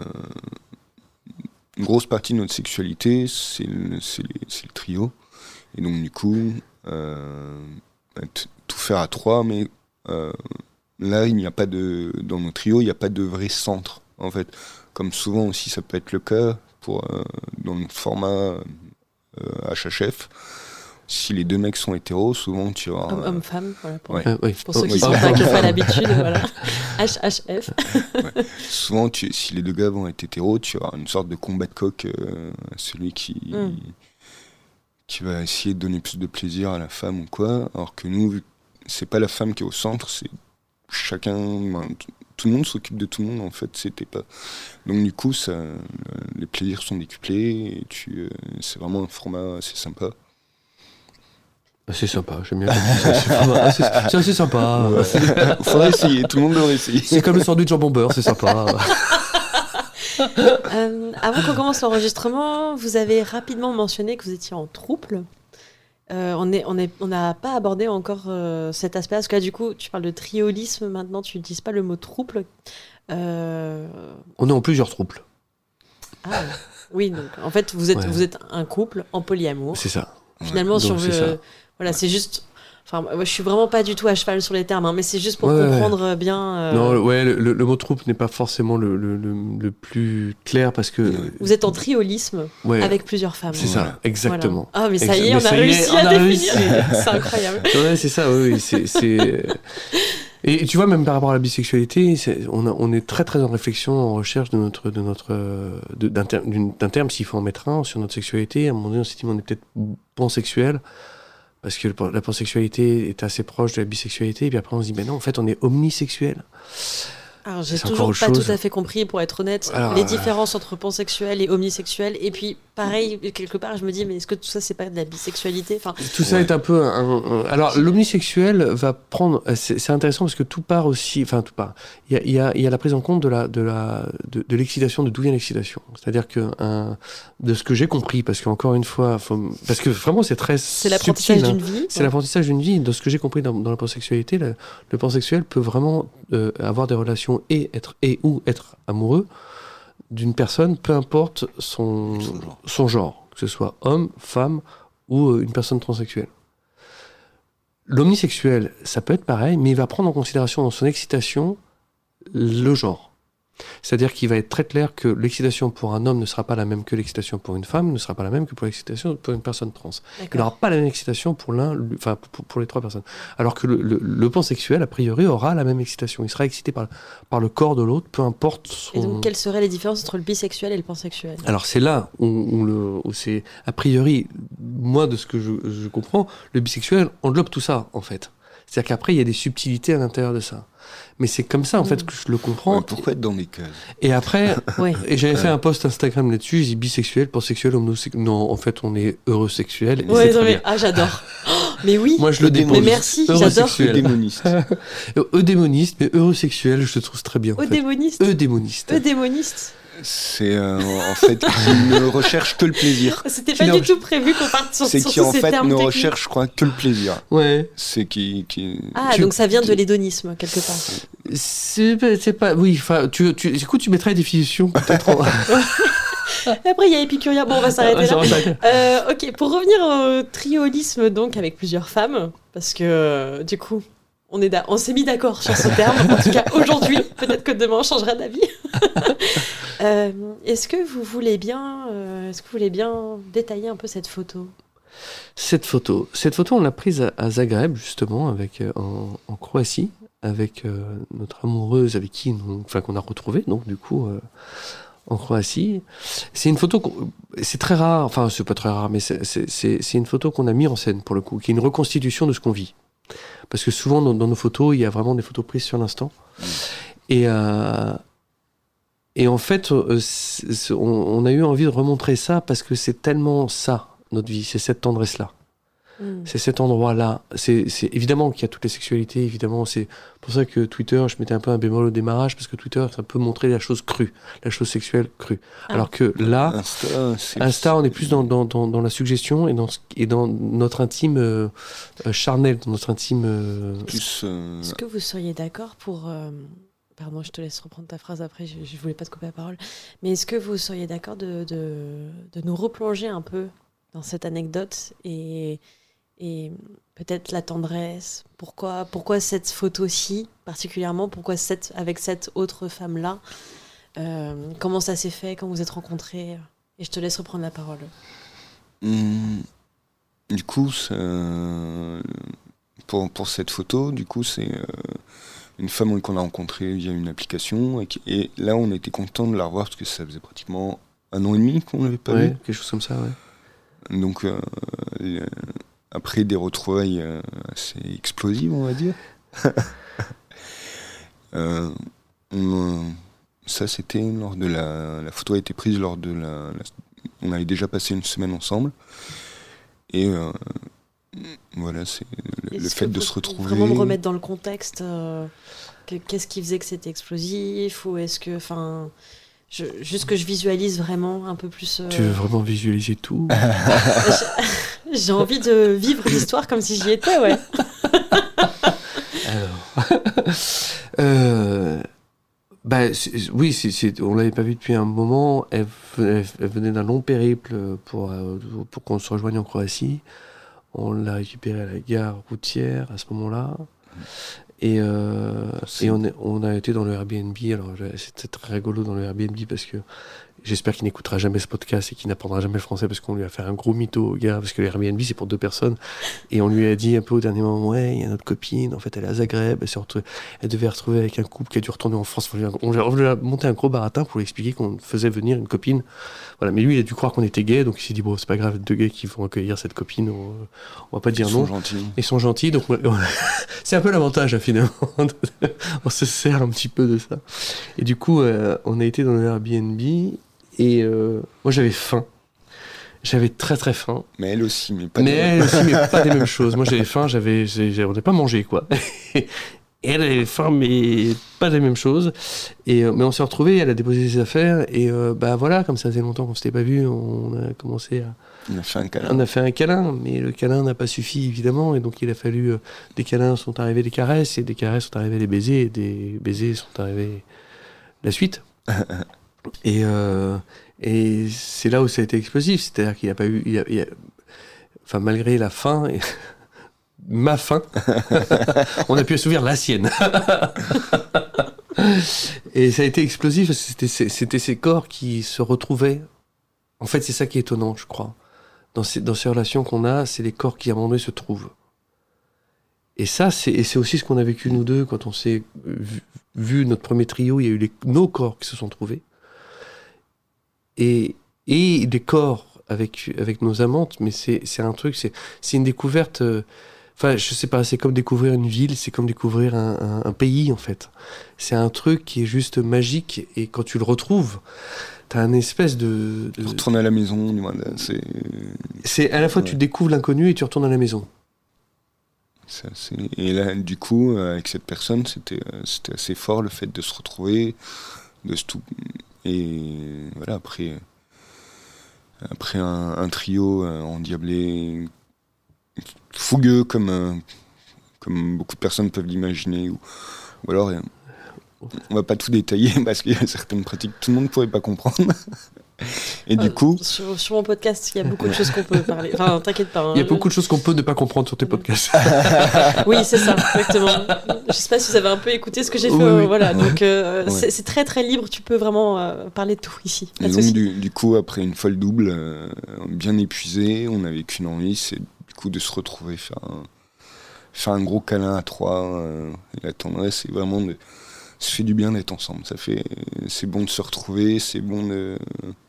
une grosse partie de notre sexualité, c'est le, c'est les- c'est le trio. Et donc, du coup, euh, t- tout faire à trois, mais euh, là, il n'y a pas de. Dans nos trios, il n'y a pas de vrai centre, en fait. Comme souvent aussi, ça peut être le cas pour, euh, dans notre format euh, H H F. Si les deux mecs sont hétéros, souvent tu auras. Homme- Homme-femme, voilà. Pour, Ouais. Euh, oui. pour ceux Oh, qui oui. sont pas, qui ont pas l'habitude, voilà. H H F. Souvent, tu, si les deux gars vont être hétéros, tu auras une sorte de combat de coq, euh, celui qui, Mm. qui va essayer de donner plus de plaisir à la femme ou quoi. Alors que nous, vu que c'est pas la femme qui est au centre, c'est chacun. Ben, t- tout le monde s'occupe de tout le monde, en fait, c'était pas. Donc, du coup, ça, euh, les plaisirs sont décuplés et tu, euh, c'est vraiment un format assez sympa. Ah, c'est sympa. J'aime bien. C'est c'est pas- c'est- c'est assez sympa. Ouais. Faudrait essayer, tout le monde devrait essayer. C'est comme le sandwich jambon beurre. C'est sympa. Euh, avant qu'on commence l'enregistrement, vous avez rapidement mentionné que vous étiez en trouble. Euh, on est, on est, on n'a pas abordé encore euh, cet aspect parce que là, du coup, tu parles de triolisme. Maintenant, tu n'utilises pas le mot trouble. Euh, On est en plusieurs troubles. Ah, oui. Donc, en fait, vous êtes, Ouais. vous êtes un couple en polyamour. C'est ça. Finalement, si on donc veut, c'est ça. euh, voilà, c'est juste. Enfin, moi, je suis vraiment pas du tout à cheval sur les termes, hein, mais c'est juste pour Ouais, ouais. comprendre bien. euh, Non, le- ouais, le, le- le mot trouble n'est pas forcément le, le- le- le plus clair parce que. Vous êtes en triolisme Ouais, avec plusieurs femmes. c'est Voilà. ça, exactement. Voilà. Ah, mais ça Exa- y est, mais on a ça y est, réussi on à a définir. réussi. C'est incroyable. Ouais, c'est ça, oui. oui, c'est, c'est... Et tu vois, même par rapport à la bisexualité, c'est, on, a, on est très très en réflexion, en recherche de notre, de notre, euh, de, d'un, ter- d'une- d'un terme, s'il faut en mettre un, sur notre sexualité. À un moment donné, on s'est dit, on est peut-être pansexuel, parce que le- la pansexualité est assez proche de la bisexualité. Et puis après, on se dit, ben non, en fait, on est omnisexuel. Alors, j'ai C'est encore toujours autre pas chose. tout à fait compris, pour être honnête, Alors, les euh, différences entre pansexuel et omnisexuel. Et puis, pareil, quelque part, je me dis, mais est-ce que tout ça, c'est pas de la bisexualité? Enfin, Tout ça Ouais. est un peu un, un- alors l'omnisexuel va prendre, c'est, c'est intéressant parce que tout part aussi, enfin tout part. Il y a, il y a, il y a la prise en compte de la de la de, de l'excitation, de d'où vient l'excitation. C'est-à-dire que un, de ce que j'ai compris, parce qu'encore une fois, faut, parce que vraiment c'est très c'est l'apprentissage subtil, hein. d'une vie. C'est l'apprentissage d'une vie. De ce que j'ai compris dans, dans la pansexualité, le, le pansexuel peut vraiment euh, avoir des relations et être et ou être amoureux d'une personne, peu importe son, Son genre. son genre, que ce soit homme, femme ou euh, une personne transsexuelle. L'omnisexuel, ça peut être pareil, mais il va prendre en considération dans son excitation le genre. C'est-à-dire qu'il va être très clair que l'excitation pour un homme ne sera pas la même que l'excitation pour une femme, ne sera pas la même que pour l'excitation pour une personne trans. D'accord. Il n'aura pas la même excitation pour l'un, enfin pour, pour les trois personnes. Alors que le, le, le pansexuel, a priori, aura la même excitation. Il sera excité par, par le corps de l'autre, peu importe son... Et donc, quelles seraient les différences entre le bisexuel et le pansexuel ? Alors c'est là où, où, le, où c'est, a priori, moi de ce que je, je comprends, le bisexuel englobe tout ça, en fait. C'est-à-dire qu'après, il y a des subtilités à l'intérieur de ça. Mais c'est comme ça, en fait, que je le comprends. Ouais, pourquoi être dans les cases ? Et après, Ouais. et j'avais fait un post Instagram là-dessus, j'ai dit bisexuel, pansexuel, homosexuel. Non, en fait, on est heurosexuel. Et Ouais, c'est non, très mais bien. ah, j'adore. Oh, mais oui. Moi, je le mais démoniste. merci, j'adore. Heurosexuel. Démoniste. Eudémoniste, mais heurosexuel, je le trouve très bien. En fait. Eudémoniste. Eudémoniste. Eudémoniste. C'est euh, en fait qui ne recherche que le plaisir. C'était Qui pas n'a- du tout prévu qu'on parte sur, C'est sur qui tous en ces fait termes ne techniques. recherche, je crois, que le plaisir. Ouais. C'est qui, qui... Ah, Tu- donc ça vient tu- de l'hédonisme, quelque part. C'est, pas- c'est pas. Oui, enfin, tu, tu, écoute, tu mettras la définition peut-être. En... Et après, il y a Épicurien. Bon, on va s'arrêter Ouais, ça là. va s'arrêter. Euh, ok, pour revenir au triolisme, donc, avec plusieurs femmes, parce que, euh, du coup, on, est d'a- on s'est mis d'accord sur ce terme, en tout cas aujourd'hui, peut-être que demain on changera d'avis. Euh, est-ce que vous voulez bien, euh, est-ce que vous voulez bien détailler un peu cette photo ? Cette photo, cette photo, on l'a prise à, à Zagreb justement, avec euh, en, en Croatie, avec euh, notre amoureuse, avec qui, nous, enfin qu'on a retrouvée, donc du coup euh, en Croatie. C'est une photo, qu'on- c'est très rare, enfin c'est pas très rare, mais c'est, c'est, c'est, c'est une photo qu'on a mis en scène pour le coup, qui est une reconstitution de ce qu'on vit. Parce que souvent dans, dans nos photos, il y a vraiment des photos prises sur l'instant. Et euh, Et en fait, euh, c'est- c'est- on, on a eu envie de remontrer ça parce que c'est tellement ça, notre vie, c'est cette tendresse-là. Hmm. C'est cet endroit-là. C'est, c'est évidemment qu'il y a toutes les sexualités, évidemment. C'est pour ça que Twitter, je mettais un peu un bémol au démarrage, parce que Twitter, ça peut montrer la chose crue, la chose sexuelle crue. Ah. Alors que là, Insta, c'est... Insta, on est plus dans, dans, dans, dans la suggestion et dans, ce- et dans notre intime euh, euh, charnel, dans notre intime... euh, plus, euh, Est-ce que vous seriez d'accord pour... euh, Pardon, je te laisse reprendre ta phrase après, je ne voulais pas te couper la parole. Mais est-ce que vous seriez d'accord de, de, de nous replonger un peu dans cette anecdote et, et peut-être la tendresse ? Pourquoi, pourquoi cette photo-ci particulièrement ? Pourquoi cette, avec cette autre femme-là ? Euh, Comment ça s'est fait ? Quand vous êtes rencontrés ? Et je te laisse reprendre la parole. hum, du coup, ça, pour, pour cette photo, du coup, c'est euh, une femme qu'on a rencontrée via une application. Et, qui- et là, on était content de la revoir parce que ça faisait pratiquement un an et demi qu'on l'avait pas ouais, vue. quelque chose comme ça, ouais. Donc, euh, le- après des retrouvailles euh, assez explosives, on va dire. euh, on, ça, c'était lors de la... La photo a été prise lors de la... la- on avait déjà passé une semaine ensemble. Et euh, voilà, c'est le, le Est-ce fait que de vous- se retrouver... Vraiment me remettre dans le contexte. euh, que- Qu'est-ce qui faisait que c'était explosif ? Ou est-ce que... Enfin, je, juste que je visualise vraiment un peu plus... euh, Tu veux vraiment visualiser tout? J'ai envie de vivre l'histoire comme si j'y étais, ouais. Alors, euh, bah, c'est- oui, c'est, c'est, on l'avait pas vue depuis un moment. Elle, venait- elle venait d'un long périple pour, euh, pour qu'on se rejoigne en Croatie. On l'a récupérée à la gare routière à ce moment-là. Et, euh, et on, est- on a été dans le Airbnb. Alors, c'était très rigolo dans le Airbnb parce que j'espère qu'il n'écoutera jamais ce podcast et qu'il n'apprendra jamais le français parce qu'on lui a fait un gros mytho au gars, parce que le Airbnb c'est pour deux personnes. Et on lui a dit un peu au dernier moment, ouais, il y a notre copine, en fait elle est à Zagreb, elle, s'est retrouvée- elle devait retrouver avec un couple qui a dû retourner en France. On lui a, on lui a- on lui a monté un gros baratin pour lui expliquer qu'on faisait venir une copine. Voilà, mais lui il a dû croire qu'on était gays, donc il s'est dit, bon, c'est pas grave, deux gays qui vont accueillir cette copine, on, on va pas Ils dire sont non. gentils. Ils sont gentils, donc on- on- c'est un peu l'avantage hein, finalement. On se sert un petit peu de ça. Et du coup, euh, on a été dans le Airbnb et euh, moi j'avais faim. J'avais très très faim. Mais elle aussi, mais pas Mais de- elle aussi, mais pas des mêmes choses. Moi j'avais faim, j'avais, j'ai- j'ai- on n'a pas mangé quoi. Et elle avait faim, mais pas des mêmes choses. Et, euh, mais on s'est retrouvés, elle a déposé ses affaires et euh, bah voilà, comme ça faisait longtemps qu'on s'était pas vus, on a commencé à. Il a fait un câlin. On a fait un câlin, mais le câlin n'a pas suffi, évidemment, et donc il a fallu... euh, des câlins sont arrivés des caresses, et des caresses sont arrivés les baisers, et des baisers sont arrivés la suite. et, euh, et c'est là où ça a été explosif, c'est-à-dire qu'il n'y a pas eu... il y a- il y a- enfin, malgré la faim, et ma faim, on a pu assouvir la sienne. Et ça a été explosif parce que c'était, ces- c'était ces corps qui se retrouvaient. En fait, c'est ça qui est étonnant, je crois. Dans ces, dans ces relations qu'on a, c'est les corps qui, à un moment donné, se trouvent. Et ça, c'est, et c'est aussi ce qu'on a vécu, nous deux, quand on s'est vu, vu notre premier trio, il y a eu les, nos corps qui se sont trouvés. Et, et des corps avec, avec nos amantes, mais c'est, c'est un truc, c'est, c'est une découverte... euh, Enfin, je sais pas, c'est comme découvrir une ville, c'est comme découvrir un, un, un pays, en fait. C'est un truc qui est juste magique, et quand tu le retrouves, t'as un espèce de... de... Retourne à la maison, voilà, c'est... C'est à la fois, Ouais. tu découvres l'inconnu et tu retournes à la maison. c'est assez- Et là, du coup, euh, avec cette personne, c'était, euh, c'était assez fort, le fait de se retrouver, de se tout... Et voilà, après, après un, un trio euh, endiablé, fougueux, comme, euh, comme beaucoup de personnes peuvent l'imaginer, ou, ou alors... euh, on va pas tout détailler parce qu'il y a certaines pratiques que tout le monde ne pourrait pas comprendre. Et du Euh, coup, sur, sur mon podcast, il y a beaucoup de choses qu'on peut parler. Enfin, t'inquiète pas. hein, Il y a je- beaucoup de choses qu'on peut ne pas comprendre sur tes podcasts. Oui, c'est ça, exactement. Je sais pas si vous avez un peu écouté ce que j'ai fait. Oui, euh, oui. Voilà, donc euh, Ouais. c'est, c'est très très libre. Tu peux vraiment euh, parler de tout ici. Pas et de donc souci. du, du coup, après une folle double, euh, bien épuisé, on n'avait qu'une envie, c'est du coup de se retrouver, faire un, faire un gros câlin à trois. Euh, et la tendresse, c'est vraiment de, ça fait du bien d'être ensemble. Ça fait, c'est bon de se retrouver, c'est bon de.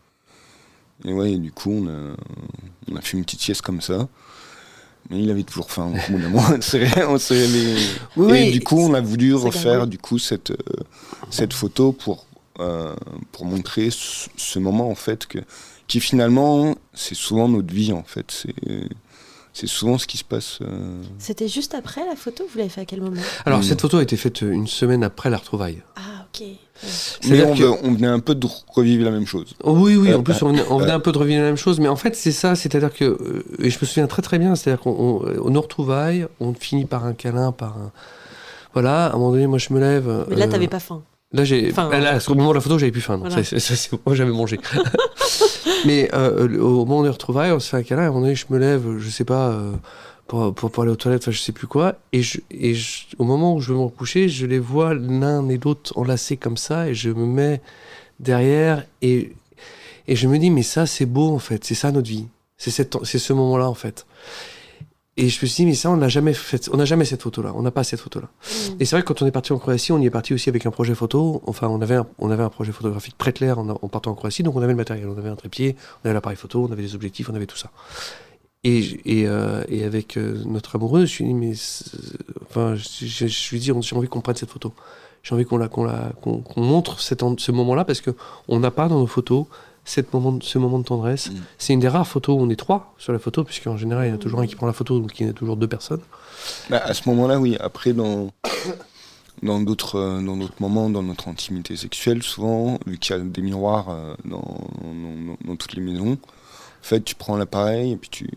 Et ouais, et du coup, on a, on a fait une petite sieste comme ça. Mais il avait toujours faim. Au bout d'un moment, on s'est ré- on s'est réveillé. Oui, Et oui, du coup, on a voulu c'est refaire gargouille. du coup cette, euh, cette photo pour, euh, pour montrer ce, ce moment en fait que, qui finalement, c'est souvent notre vie en fait. C'est, c'est souvent ce qui se passe. euh, C'était juste après la photo. Vous l'avez fait à quel moment? Alors, Mm. cette photo a été faite une semaine après la retrouvaille. Ah, ok. Ouais. Mais C'est-à-dire on, que- veut- on venait un peu de revivre la même chose. Oh, oui, oui, en Euh, plus, on venait, on venait euh, un peu de revivre la même chose, mais en fait, c'est ça, c'est-à-dire que, euh, et je me souviens très très bien, c'est-à-dire qu'on on, on nous retrouvaille, on finit par un câlin, par un. Voilà, à un moment donné, moi je me lève. Mais là, euh, t'avais pas faim. Là, j'ai. Enfin, là, à ce moment de la photo, j'avais plus faim. non, Voilà. ça, ça, c'est- moi, j'avais mangé. Mais euh, le- au moment des retrouvailles, on se fait un câlin, à un moment donné, je me lève, je sais pas, euh, pour, pour, pour aller aux toilettes, enfin, je sais plus quoi, et, je, et je- au moment où je vais me recoucher, je les vois l'un et l'autre enlacés comme ça, et je me mets derrière, et, et je me dis, mais ça, c'est beau, en fait, c'est ça notre vie. C'est cette- c'est ce moment-là, en fait. Et je me suis dit, mais ça, on n'a jamais fait, on n'a jamais cette photo-là, on n'a pas cette photo-là. Et c'est vrai que quand on est parti en Croatie, on y est parti aussi avec un projet photo. Enfin, on avait un, on avait un projet photographique très clair en, en partant en Croatie, donc on avait le matériel, on avait un trépied, on avait l'appareil photo, on avait des objectifs, on avait tout ça. Et, j- et, euh, et avec euh, notre amoureuse, je suis dit, mais c'est- enfin, je, je, je lui dis, j'ai envie qu'on prenne cette photo. J'ai envie qu'on la, qu'on la, qu'on, qu'on montre cet en- ce moment-là parce que on n'a pas dans nos photos cette moment, de- ce moment de tendresse. Mm. C'est une des rares photos où on est trois sur la photo, puisqu'en général, il y en a toujours un qui prend la photo, donc il y a toujours deux personnes. Bah, à ce moment-là, oui. Après, dans, dans, d'autres, euh, dans d'autres moments, dans notre intimité sexuelle, souvent, vu qu'il y a des miroirs euh, dans, dans, dans- dans toutes les maisons, en fait, tu prends l'appareil et puis tu,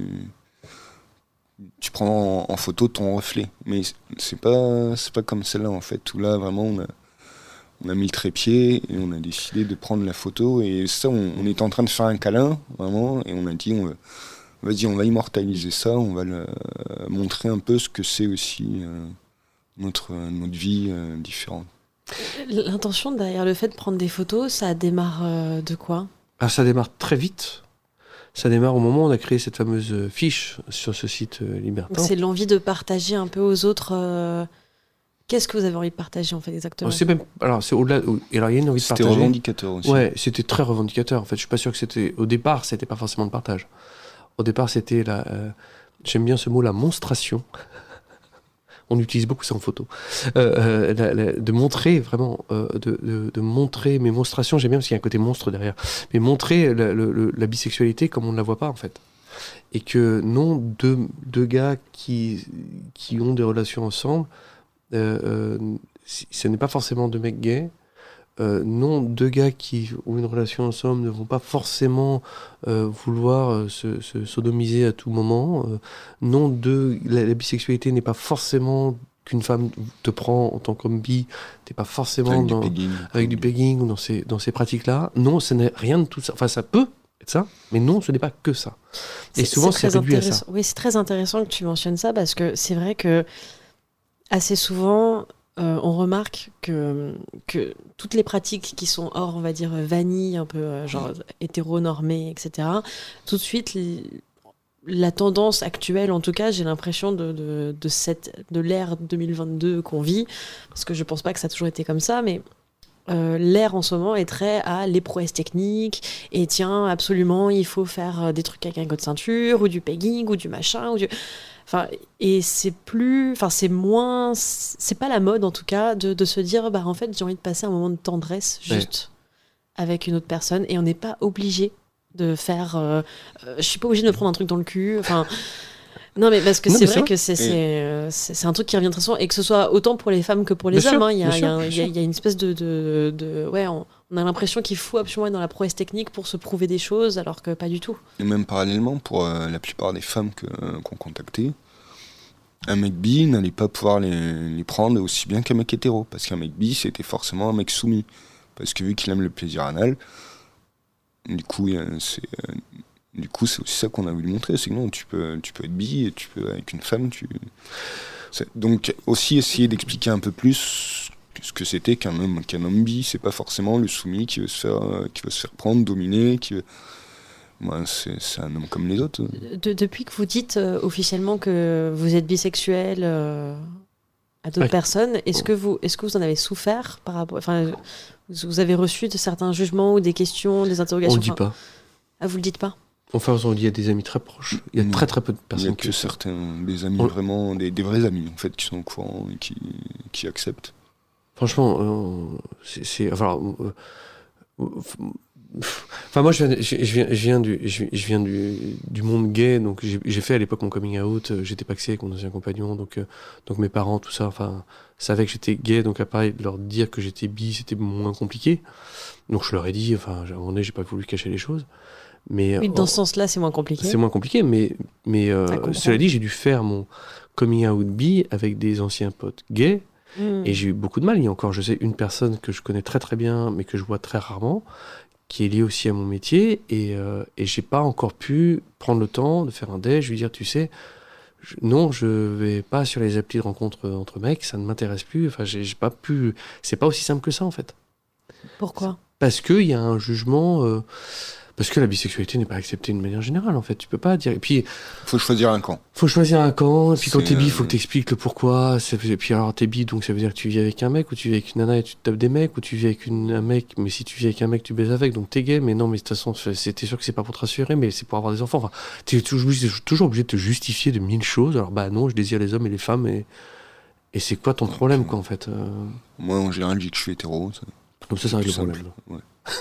tu prends en, en photo ton reflet. Mais c'est pas, c'est pas comme celle-là, en fait, où là, vraiment, on a, on a mis le trépied et on a décidé de prendre la photo. Et ça, on, on était en train de faire un câlin, vraiment, et on a dit, on va, vas-y, on va immortaliser ça, on va le, montrer un peu ce que c'est aussi euh, notre, notre vie euh, différente. L'intention derrière le fait de prendre des photos, ça démarre euh, de quoi? Alors ça démarre très vite. Ça démarre au moment où on a créé cette fameuse euh, fiche sur ce site euh, Donc, libertin. c'est l'envie de partager un peu aux autres. euh, Qu'est-ce que vous avez envie de partager en fait exactement? Alors, c'est même, alors c'est au-delà. au- et alors il y a une envie de C'était partager. revendicateur aussi. Ouais, c'était très revendicateur. En fait, je suis pas sûr que c'était. Au départ, c'était pas forcément le partage. Au départ, c'était la. euh, J'aime bien ce mot, la monstration. On utilise beaucoup ça en photo. Euh, euh, la- la- de montrer vraiment, euh, de, de, de montrer mes monstrations. J'aime bien parce qu'il y a un côté monstre derrière. Mais montrer la, le- le- la bisexualité comme on ne la voit pas en fait. Et que non, deux, deux gars qui, qui ont des relations ensemble, euh, euh, si- ce n'est pas forcément deux mecs gays. Euh, non, deux gars qui ont une relation ensemble ne vont pas forcément euh, vouloir euh, se, se sodomiser à tout moment. Euh, non, deux, la, la bisexualité n'est pas forcément qu'une femme te prend en tant qu'homme bi, t'es pas forcément Avec dans, du pegging. avec du pegging ou dans ces, dans ces pratiques-là. Non, ce n'est rien de tout ça. Enfin, ça peut être ça, mais non, ce n'est pas que ça. Et souvent, c'est très réduit à ça. intéressant. Oui, c'est très intéressant que tu mentionnes ça parce que c'est vrai que assez souvent, euh, on remarque que, que toutes les pratiques qui sont hors, on va dire, vanille, un peu euh, genre hétéronormées, et cetera, tout de suite, les, la tendance actuelle, en tout cas, j'ai l'impression de, de, de, cette, de l'ère deux mille vingt-deux qu'on vit, parce que je pense pas que ça a toujours été comme ça, mais euh, l'ère en ce moment est très à les prouesses techniques, et tiens, absolument, il faut faire des trucs avec un code ceinture, ou du pegging, ou du machin, ou du... Enfin, et c'est plus... Enfin, c'est moins... C'est pas la mode, en tout cas, de, de se dire, bah, en fait, j'ai envie de passer un moment de tendresse, juste, ouais. avec une autre personne, et on n'est pas obligé de faire euh, euh, je suis pas obligée de me prendre un truc dans le cul, enfin non mais parce que non, c'est vrai, vrai que c'est, c'est, euh, c'est, c'est un truc qui revient très souvent, et que ce soit autant pour les femmes que pour les bien hommes, il hein, y, y, y, y a une espèce de, de, de ouais on, on a l'impression qu'il faut absolument être dans la prouesse technique pour se prouver des choses, alors que pas du tout. Et même parallèlement, pour euh, la plupart des femmes que, euh, qu'on contactait, un mec bi n'allait pas pouvoir les, les prendre aussi bien qu'un mec hétéro, parce qu'un mec bi c'était forcément un mec soumis, parce que vu qu'il aime le plaisir anal, Du coup, c'est, euh, du coup, c'est aussi ça qu'on a voulu montrer, c'est que non, tu peux, tu peux être bi et tu peux avec une femme. Tu... C'est, donc aussi essayer d'expliquer un peu plus ce que c'était qu'un homme, qu'un homme bi. C'est pas forcément le soumis qui veut se faire, euh, qui veut se faire prendre, dominer. Qui veut... Moi, c'est, c'est un homme comme les autres. De, depuis que vous dites euh, officiellement que vous êtes bisexuel euh, à d'autres ouais. personnes, est-ce que vous, est-ce que vous en avez souffert par rapport, enfin, vous avez reçu de certains jugements ou des questions, des interrogations? On le dit pas. Ah, vous le dites pas? Enfin, on le dit, il y a des amis très proches. Il y a non. très très peu de personnes. Il y a que qui... certains, des amis on... vraiment, des, des vrais amis en fait, qui sont au courant et qui, qui acceptent. Franchement, euh, c'est, c'est, enfin, euh, euh, enfin, moi, je viens, je, je viens, je viens du, je, je viens du, du monde gay, donc j'ai, j'ai fait à l'époque mon coming out. J'étais paxé avec mon ancien compagnon, donc, euh, donc mes parents, tout ça, enfin, savaient que j'étais gay, donc à pareil, leur dire que j'étais bi, c'était moins compliqué. Donc je leur ai dit, enfin, à un moment donné, j'ai pas voulu cacher les choses. Mais oui, dans euh, ce sens-là, c'est moins compliqué. C'est moins compliqué, mais, mais euh, cela dit, j'ai dû faire mon coming out bi avec des anciens potes gays. Mmh. Et j'ai eu beaucoup de mal. Il y a encore, je sais, une personne que je connais très très bien, mais que je vois très rarement, qui est liée aussi à mon métier. Et, euh, et j'ai pas encore pu prendre le temps de faire un date, je lui dire, tu sais, je, non, je vais pas sur les applis de rencontres entre mecs, ça ne m'intéresse plus. Enfin, j'ai, j'ai pas pu. C'est pas aussi simple que ça, en fait. Pourquoi ? Parce qu'il y a un jugement. Euh, Parce que la bisexualité n'est pas acceptée de manière générale, en fait. Tu peux pas dire. Et puis. Faut choisir un camp. Faut choisir un camp. Et puis c'est quand t'es bi, euh... faut que t'expliques le pourquoi. Et puis alors t'es bi, donc ça veut dire que tu vis avec un mec, ou tu vis avec une nana et tu te tapes des mecs, ou tu vis avec une, un mec, mais si tu vis avec un mec, tu baises avec, donc t'es gay. Mais non, mais de toute façon, c'est, t'es sûr que c'est pas pour te rassurer, mais c'est pour avoir des enfants. Enfin, t'es toujours, toujours obligé de te justifier de mille choses. Alors bah non, je désire les hommes et les femmes, et, et c'est quoi ton problème, okay. quoi, en fait euh... Moi, en général, je dis que je suis hétéro. Ça... Comme ça, ça règle le problème. Ouais.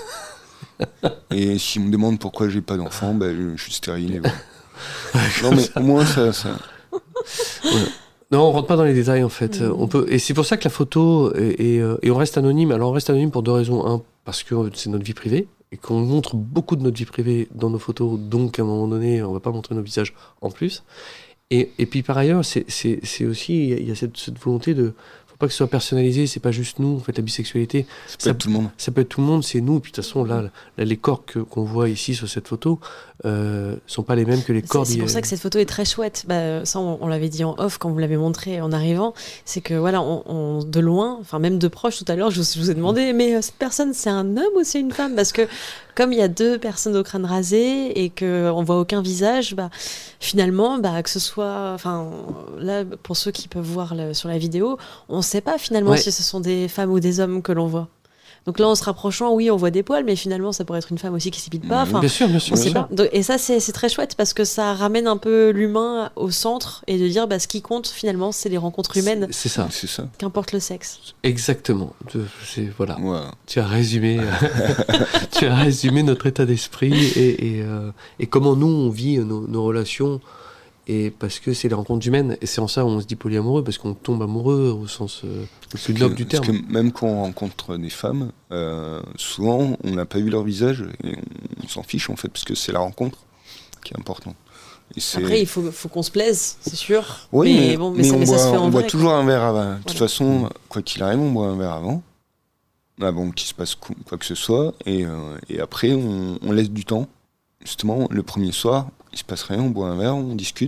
Et si on me demande pourquoi j'ai pas d'enfant, ben je, je suis stérile. Et voilà. Non mais au moins ça. ça... Ouais. Non, on rentre pas dans les détails en fait. Mmh. On peut, et c'est pour ça que la photo et, et, et on reste anonyme. Alors on reste anonyme pour deux raisons. Un, parce que c'est notre vie privée et qu'on montre beaucoup de notre vie privée dans nos photos. Donc à un moment donné, on va pas montrer nos visages en plus. Et, et puis par ailleurs, c'est, c'est, c'est aussi il y a cette, cette volonté de pas que ce soit personnalisé, c'est pas juste nous, en fait, la bisexualité. Ça peut ça, être tout le monde. Ça peut être tout le monde, c'est nous. Et puis de toute façon, là, là les corps que, qu'on voit ici sur cette photo euh, sont pas les mêmes que les corps. C'est, c'est pour ça que cette photo est très chouette. Bah, ça, on, on l'avait dit en off quand vous l'avez montré en arrivant. C'est que voilà, on, on, de loin, enfin même de proche tout à l'heure, je, je vous ai demandé, mais euh, cette personne, c'est un homme ou c'est une femme ? Parce que comme il y a deux personnes au crâne rasé et qu'on voit aucun visage, bah, finalement, bah, que ce soit, enfin, là, pour ceux qui peuvent voir le, sur la vidéo, on ne sait pas finalement ouais. si ce sont des femmes ou des hommes que l'on voit. Donc là, en se rapprochant, oui, on voit des poils, mais finalement, ça pourrait être une femme aussi qui s'épile pas. Enfin, bien sûr, bien sûr. On sait bien pas. Donc, et ça, c'est, c'est très chouette parce que ça ramène un peu l'humain au centre et de dire, bah, ce qui compte finalement, c'est les rencontres humaines. C'est, c'est ça, c'est ça. Qu'importe le sexe. Exactement. C'est, voilà. Ouais. Tu as résumé, tu as résumé notre état d'esprit et, et, euh, et comment nous on vit nos, nos relations. Et parce que c'est les rencontres humaines, et c'est en ça où on se dit polyamoureux, parce qu'on tombe amoureux au sens euh, le plus noble du terme. Parce que même quand on rencontre des femmes, euh, souvent on n'a pas vu leur visage, et on, on s'en fiche en fait, parce que c'est la rencontre qui est importante. Et c'est... Après, il faut, faut qu'on se plaise, c'est sûr. Oui, mais, mais, bon, mais, mais ça, on, mais boit, ça se fait en on vrai, boit toujours quoi. un verre avant. De voilà. toute façon, quoi qu'il arrive, on boit un verre avant. Ah bon, qu'il se passe quoi que ce soit, et, euh, et après on, on laisse du temps. Justement, le premier soir, il se passe rien, on boit un verre, on discute.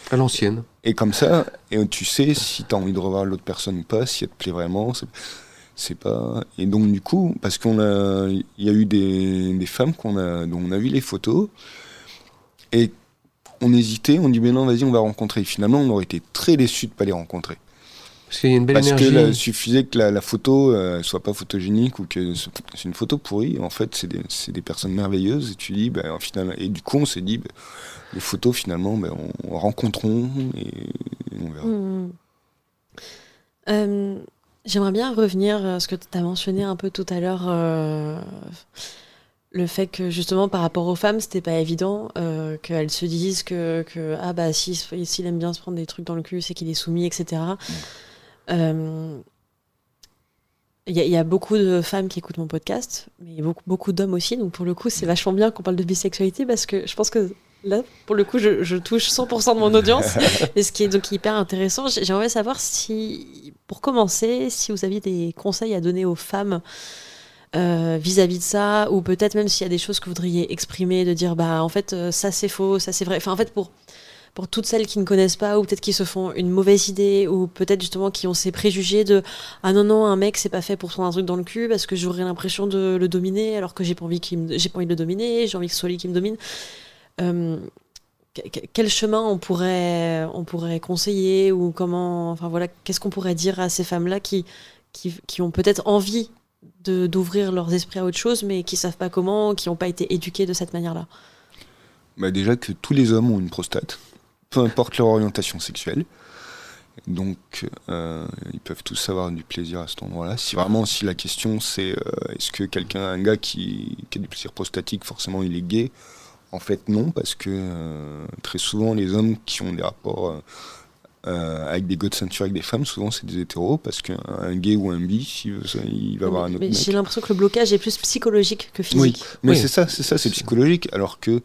À l'ancienne. Et comme ça, et tu sais si tu as envie de revoir l'autre personne ou pas, si elle te plaît vraiment. C'est, c'est pas... Et donc, du coup, parce qu'on a, il y a eu des, des femmes qu'on a, dont on a vu les photos, et on hésitait, on dit, mais non, vas-y, on va rencontrer. Et finalement, on aurait été très déçus de ne pas les rencontrer. Parce qu'il y a une belle Parce énergie. que là, il suffisait que la, la photo euh, soit pas photogénique ou que c'est c'est une photo pourrie. En fait, c'est des, c'est des personnes merveilleuses. Et tu dis, ben, au final, et du coup, on s'est dit, ben, les photos, finalement, ben, on, on rencontrons et, et on verra. Mmh. Euh, j'aimerais bien revenir à ce que tu as mentionné un peu tout à l'heure. Euh, le fait que, justement, par rapport aux femmes, c'était pas évident euh, qu'elles se disent que, que ah bah, si, s'il aime bien se prendre des trucs dans le cul, c'est qu'il est soumis, et cetera. Mmh. Il euh, y, y a beaucoup de femmes qui écoutent mon podcast, mais il y a beaucoup, beaucoup d'hommes aussi. Donc pour le coup, c'est vachement bien qu'on parle de bisexualité parce que je pense que là, pour le coup, je, je touche cent pour cent de mon audience. Et ce qui est donc hyper intéressant, j'aimerais savoir si, pour commencer, si vous aviez des conseils à donner aux femmes euh, vis-à-vis de ça, ou peut-être même s'il y a des choses que vous voudriez exprimer, de dire bah en fait ça c'est faux, ça c'est vrai. Enfin en fait pour pour toutes celles qui ne connaissent pas, ou peut-être qui se font une mauvaise idée, ou peut-être justement qui ont ces préjugés de « Ah non, non, un mec, c'est pas fait pour prendre un truc dans le cul, parce que j'aurais l'impression de le dominer, alors que j'ai pas envie qu'il me... j'ai pas envie de le dominer, j'ai envie que ce soit lui qui me domine. Euh, » Quel chemin on pourrait, on pourrait conseiller, ou comment... Enfin voilà, qu'est-ce qu'on pourrait dire à ces femmes-là qui, qui, qui ont peut-être envie de, d'ouvrir leurs esprits à autre chose, mais qui savent pas comment, qui n'ont pas été éduquées de cette manière-là? Bah déjà que tous les hommes ont une prostate. Peu importe leur orientation sexuelle. Donc, euh, ils peuvent tous avoir du plaisir à cet endroit-là. Si vraiment, si la question c'est euh, est-ce que quelqu'un, un gars qui, qui a du plaisir prostatique, forcément il est gay? En fait, non, parce que euh, très souvent, les hommes qui ont des rapports euh, euh, avec des go de ceinture avec des femmes, souvent c'est des hétéros, parce qu'un gay ou un bi, il, il va avoir un autre mais mec. J'ai l'impression que le blocage est plus psychologique que physique. Oui, mais oui. c'est ça, c'est ça, c'est psychologique, alors que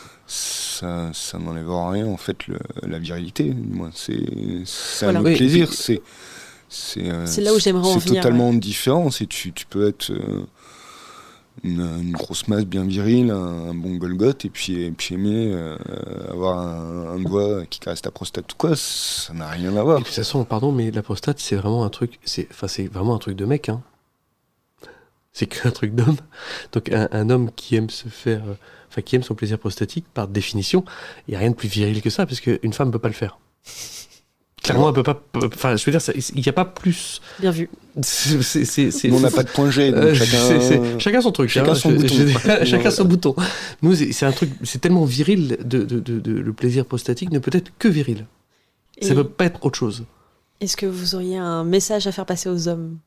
ça, ça n'enlève en rien en fait le, la virilité. Du moins, c'est, c'est voilà. un autre oui, plaisir. puis, c'est, c'est, euh, c'est là où j'aimerais en c'est venir. totalement Ouais. différent. C'est, tu, tu peux être euh, une, une grosse masse bien virile, un, un bon Golgoth, et puis, et puis aimer euh, avoir un, un doigt qui caresse ta prostate ou quoi. Ça n'a rien à voir. Et puis de toute façon, pardon, mais la prostate, c'est vraiment un truc, c'est, enfin, c'est vraiment un truc de mec, hein. C'est qu'un truc d'homme. Donc un, un homme qui aime se faire, euh, enfin qui aime son plaisir prostatique, par définition, il n'y a rien de plus viril que ça, parce qu'une femme ne peut pas le faire. Clairement, elle peut pas. Enfin, je veux dire, il n'y a pas plus. Bien vu. C'est, c'est, c'est, c'est, On n'a pas de point G, donc euh, chacun, c'est, c'est, chacun son truc. chacun hein, son je, bouton. Je, chacun son bouton. Nous, c'est, c'est un truc, c'est tellement viril, de, de, de, de, le plaisir prostatique ne peut être que viril. Et ça ne peut pas être autre chose. Est-ce que vous auriez un message à faire passer aux hommes?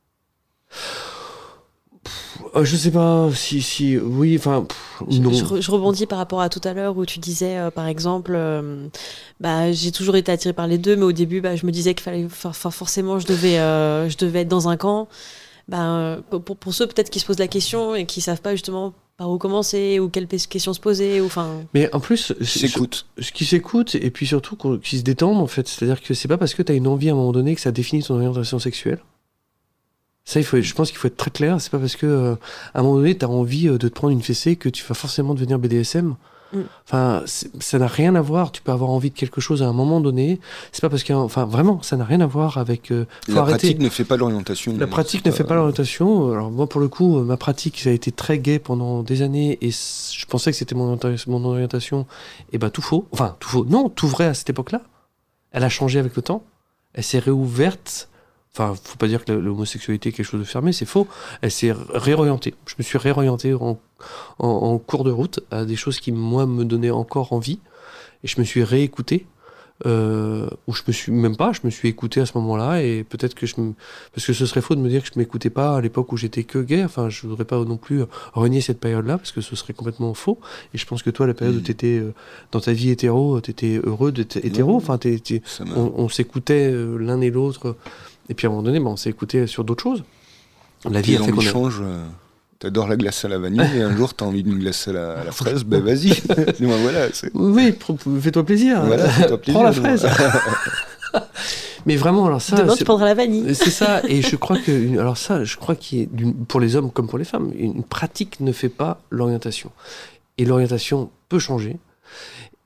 Euh, je sais pas si, si oui, enfin, non. Je, je, je rebondis par rapport à tout à l'heure où tu disais, euh, par exemple, euh, bah, j'ai toujours été attirée par les deux, mais au début, bah, je me disais qu'il fallait, for- for- forcément, je devais, euh, je devais être dans un camp. Bah, pour, pour ceux peut-être qui se posent la question et qui savent pas justement par où commencer ou quelles questions se poser, ou enfin. Mais en plus, s'écoute. Ce qui s'écoute et puis surtout qui se détendent en fait, c'est-à-dire que c'est pas parce que t'as une envie à un moment donné que ça définit ton orientation sexuelle. Ça, il faut, je pense qu'il faut être très clair. C'est pas parce que euh, à un moment donné, t'as envie euh, de te prendre une fessée que tu vas forcément devenir B D S M. Mm. Enfin, ça n'a rien à voir. Tu peux avoir envie de quelque chose à un moment donné. C'est pas parce que, enfin, vraiment, ça n'a rien à voir avec. Euh, faut la arrêter. pratique ne fait pas l'orientation. La pratique ne pas... fait pas l'orientation. Alors moi, pour le coup, ma pratique, ça a été très gay pendant des années et je pensais que c'était mon, mon orientation. Et ben tout faux. Enfin, tout faux. Non, tout vrai à cette époque-là. Elle a changé avec le temps. Elle s'est réouverte. Enfin, faut pas dire que l'homosexualité est quelque chose de fermé, c'est faux. Elle s'est réorientée. Je me suis réorienté en, en, en cours de route à des choses qui, moi, me donnaient encore envie. Et je me suis réécouté. Euh, ou je me suis même pas, je me suis écouté à ce moment-là. Et peut-être que je me... Parce que ce serait faux de me dire que je m'écoutais pas à l'époque où j'étais que gay. Enfin, je voudrais pas non plus renier cette période-là, parce que ce serait complètement faux. Et je pense que toi, la période mmh. où t'étais euh, dans ta vie hétéro, t'étais heureux d'être hétéro. Enfin, t'es, t'es... On, on s'écoutait euh, l'un et l'autre. Et puis à un moment donné, bah, on s'est écouté sur d'autres choses. La vie a fait qu'on a... change. Euh, t'adores la glace à la vanille et un jour t'as envie d'une glace à la, à la fraise, ben bah, vas-y. Dis-moi, voilà, c'est... Oui, fais-toi plaisir. Voilà, fais-toi plaisir. Prends la fraise. Mais vraiment, alors ça. Demain, c'est... tu prendras la vanille. C'est ça. Et je crois que, alors ça, je crois qu'il est pour les hommes comme pour les femmes, une pratique ne fait pas l'orientation. Et l'orientation peut changer.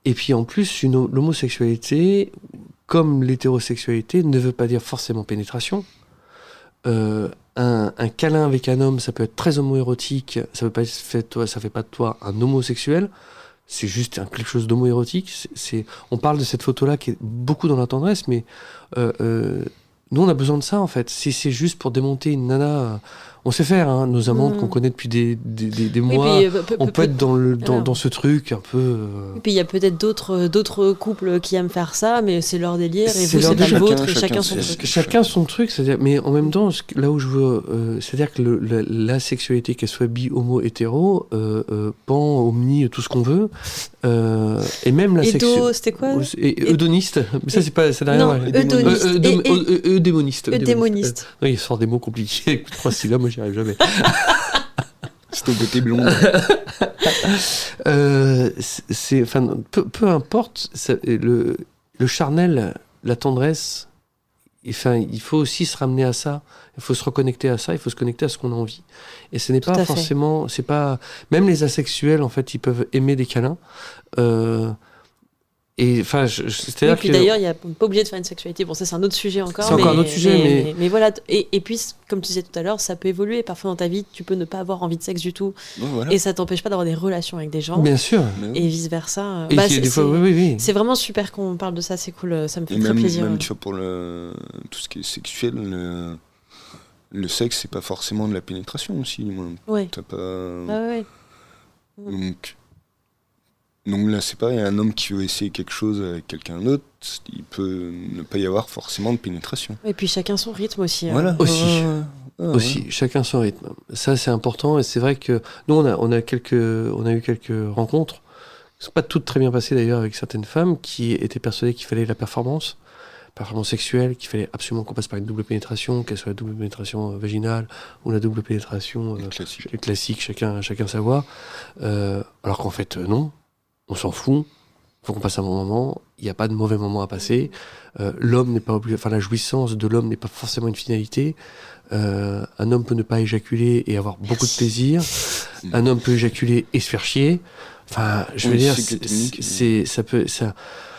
Et puis en plus, une, l'homosexualité, comme l'hétérosexualité, ne veut pas dire forcément pénétration. Euh, un, un câlin avec un homme, ça peut être très homoérotique, ça veut pas fait toi, ça fait pas de toi un homosexuel. C'est juste un, quelque chose d'homoérotique. C'est, c'est, on parle de cette photo-là qui est beaucoup dans la tendresse, mais euh, euh, nous, on a besoin de ça, en fait. Si c'est juste pour démonter une nana... On sait faire, hein, nos amantes mmh. qu'on connaît depuis des, des, des, des oui, mois, puis, euh, pe- on peut pe- être dans, le, dans, dans ce truc un peu... Euh... Et puis il y a peut-être d'autres, d'autres couples qui aiment faire ça, mais c'est leur délire, et c'est vous, c'est pas le vôtre, et chacun son truc. Chacun son truc, c'est-à-dire, mais en même temps, là où je veux... Euh, c'est-à-dire que le, la, la sexualité, qu'elle soit bi, homo, hétéro, euh, euh, pan, omni, tout ce qu'on veut, euh, et même la sexualité... Edo, c'était quoi et, Eudoniste, mais ça, c'est pas... Ça n'a rien à voir. Eudoniste. Eudémoniste. Eudémoniste. Oui, il sort des mots compliqués. Trois syllabes, moi, j'y arrive jamais. C'est au côté blond. euh, c'est, enfin, peu, peu importe, ça, le, le charnel, la tendresse, enfin, il faut aussi se ramener à ça. Il faut se reconnecter à ça. Il faut se connecter à ce qu'on a envie. Et ce n'est Tout pas forcément, c'est pas, même les asexuels, en fait, ils peuvent aimer des câlins. Euh, Et enfin, je, je, c'est-à-dire oui, puis que d'ailleurs, il n'y a pas obligé de faire une sexualité. Bon, ça, c'est un autre sujet encore. C'est mais, encore un autre sujet, mais, mais... mais, mais voilà. Et, et puis, comme tu disais tout à l'heure, ça peut évoluer. Parfois, dans ta vie, tu peux ne pas avoir envie de sexe du tout. Bon, voilà. Et ça t'empêche pas d'avoir des relations avec des gens. Bien sûr. Et vice-versa. Et bah, c'est, c'est, des fois, c'est, oui, oui, oui. c'est vraiment super qu'on parle de ça. C'est cool. Ça me fait et très même, plaisir. Même, tu vois, pour le, tout ce qui est sexuel, le, le sexe, c'est pas forcément de la pénétration aussi. Moi. Ouais. T'as pas... Ah ouais. Donc... Donc là, c'est pareil, un homme qui veut essayer quelque chose avec quelqu'un d'autre, il peut ne pas y avoir forcément de pénétration. Et puis chacun son rythme aussi. Voilà. Hein. Aussi. Ah, ah, aussi, voilà. Chacun son rythme. Ça, c'est important. Et c'est vrai que nous, on a, on a, quelques, on a eu quelques rencontres. Ce n'est pas toutes très bien passées d'ailleurs avec certaines femmes qui étaient persuadées qu'il fallait la performance, performance sexuelle, qu'il fallait absolument qu'on passe par une double pénétration, qu'elle soit la double pénétration vaginale ou la double pénétration euh, classique. classique, chacun, chacun sa voix. Euh, alors qu'en fait, euh, non. On s'en fout, il faut qu'on passe un bon moment, il n'y a pas de mauvais moment à passer, euh, l'homme n'est pas obligé, enfin la jouissance de l'homme n'est pas forcément une finalité, euh, un homme peut ne pas éjaculer et avoir beaucoup de plaisir, un homme peut éjaculer et se faire chier, enfin je veux oui, dire, c'est, c'est, c'est, ça peut... Ça...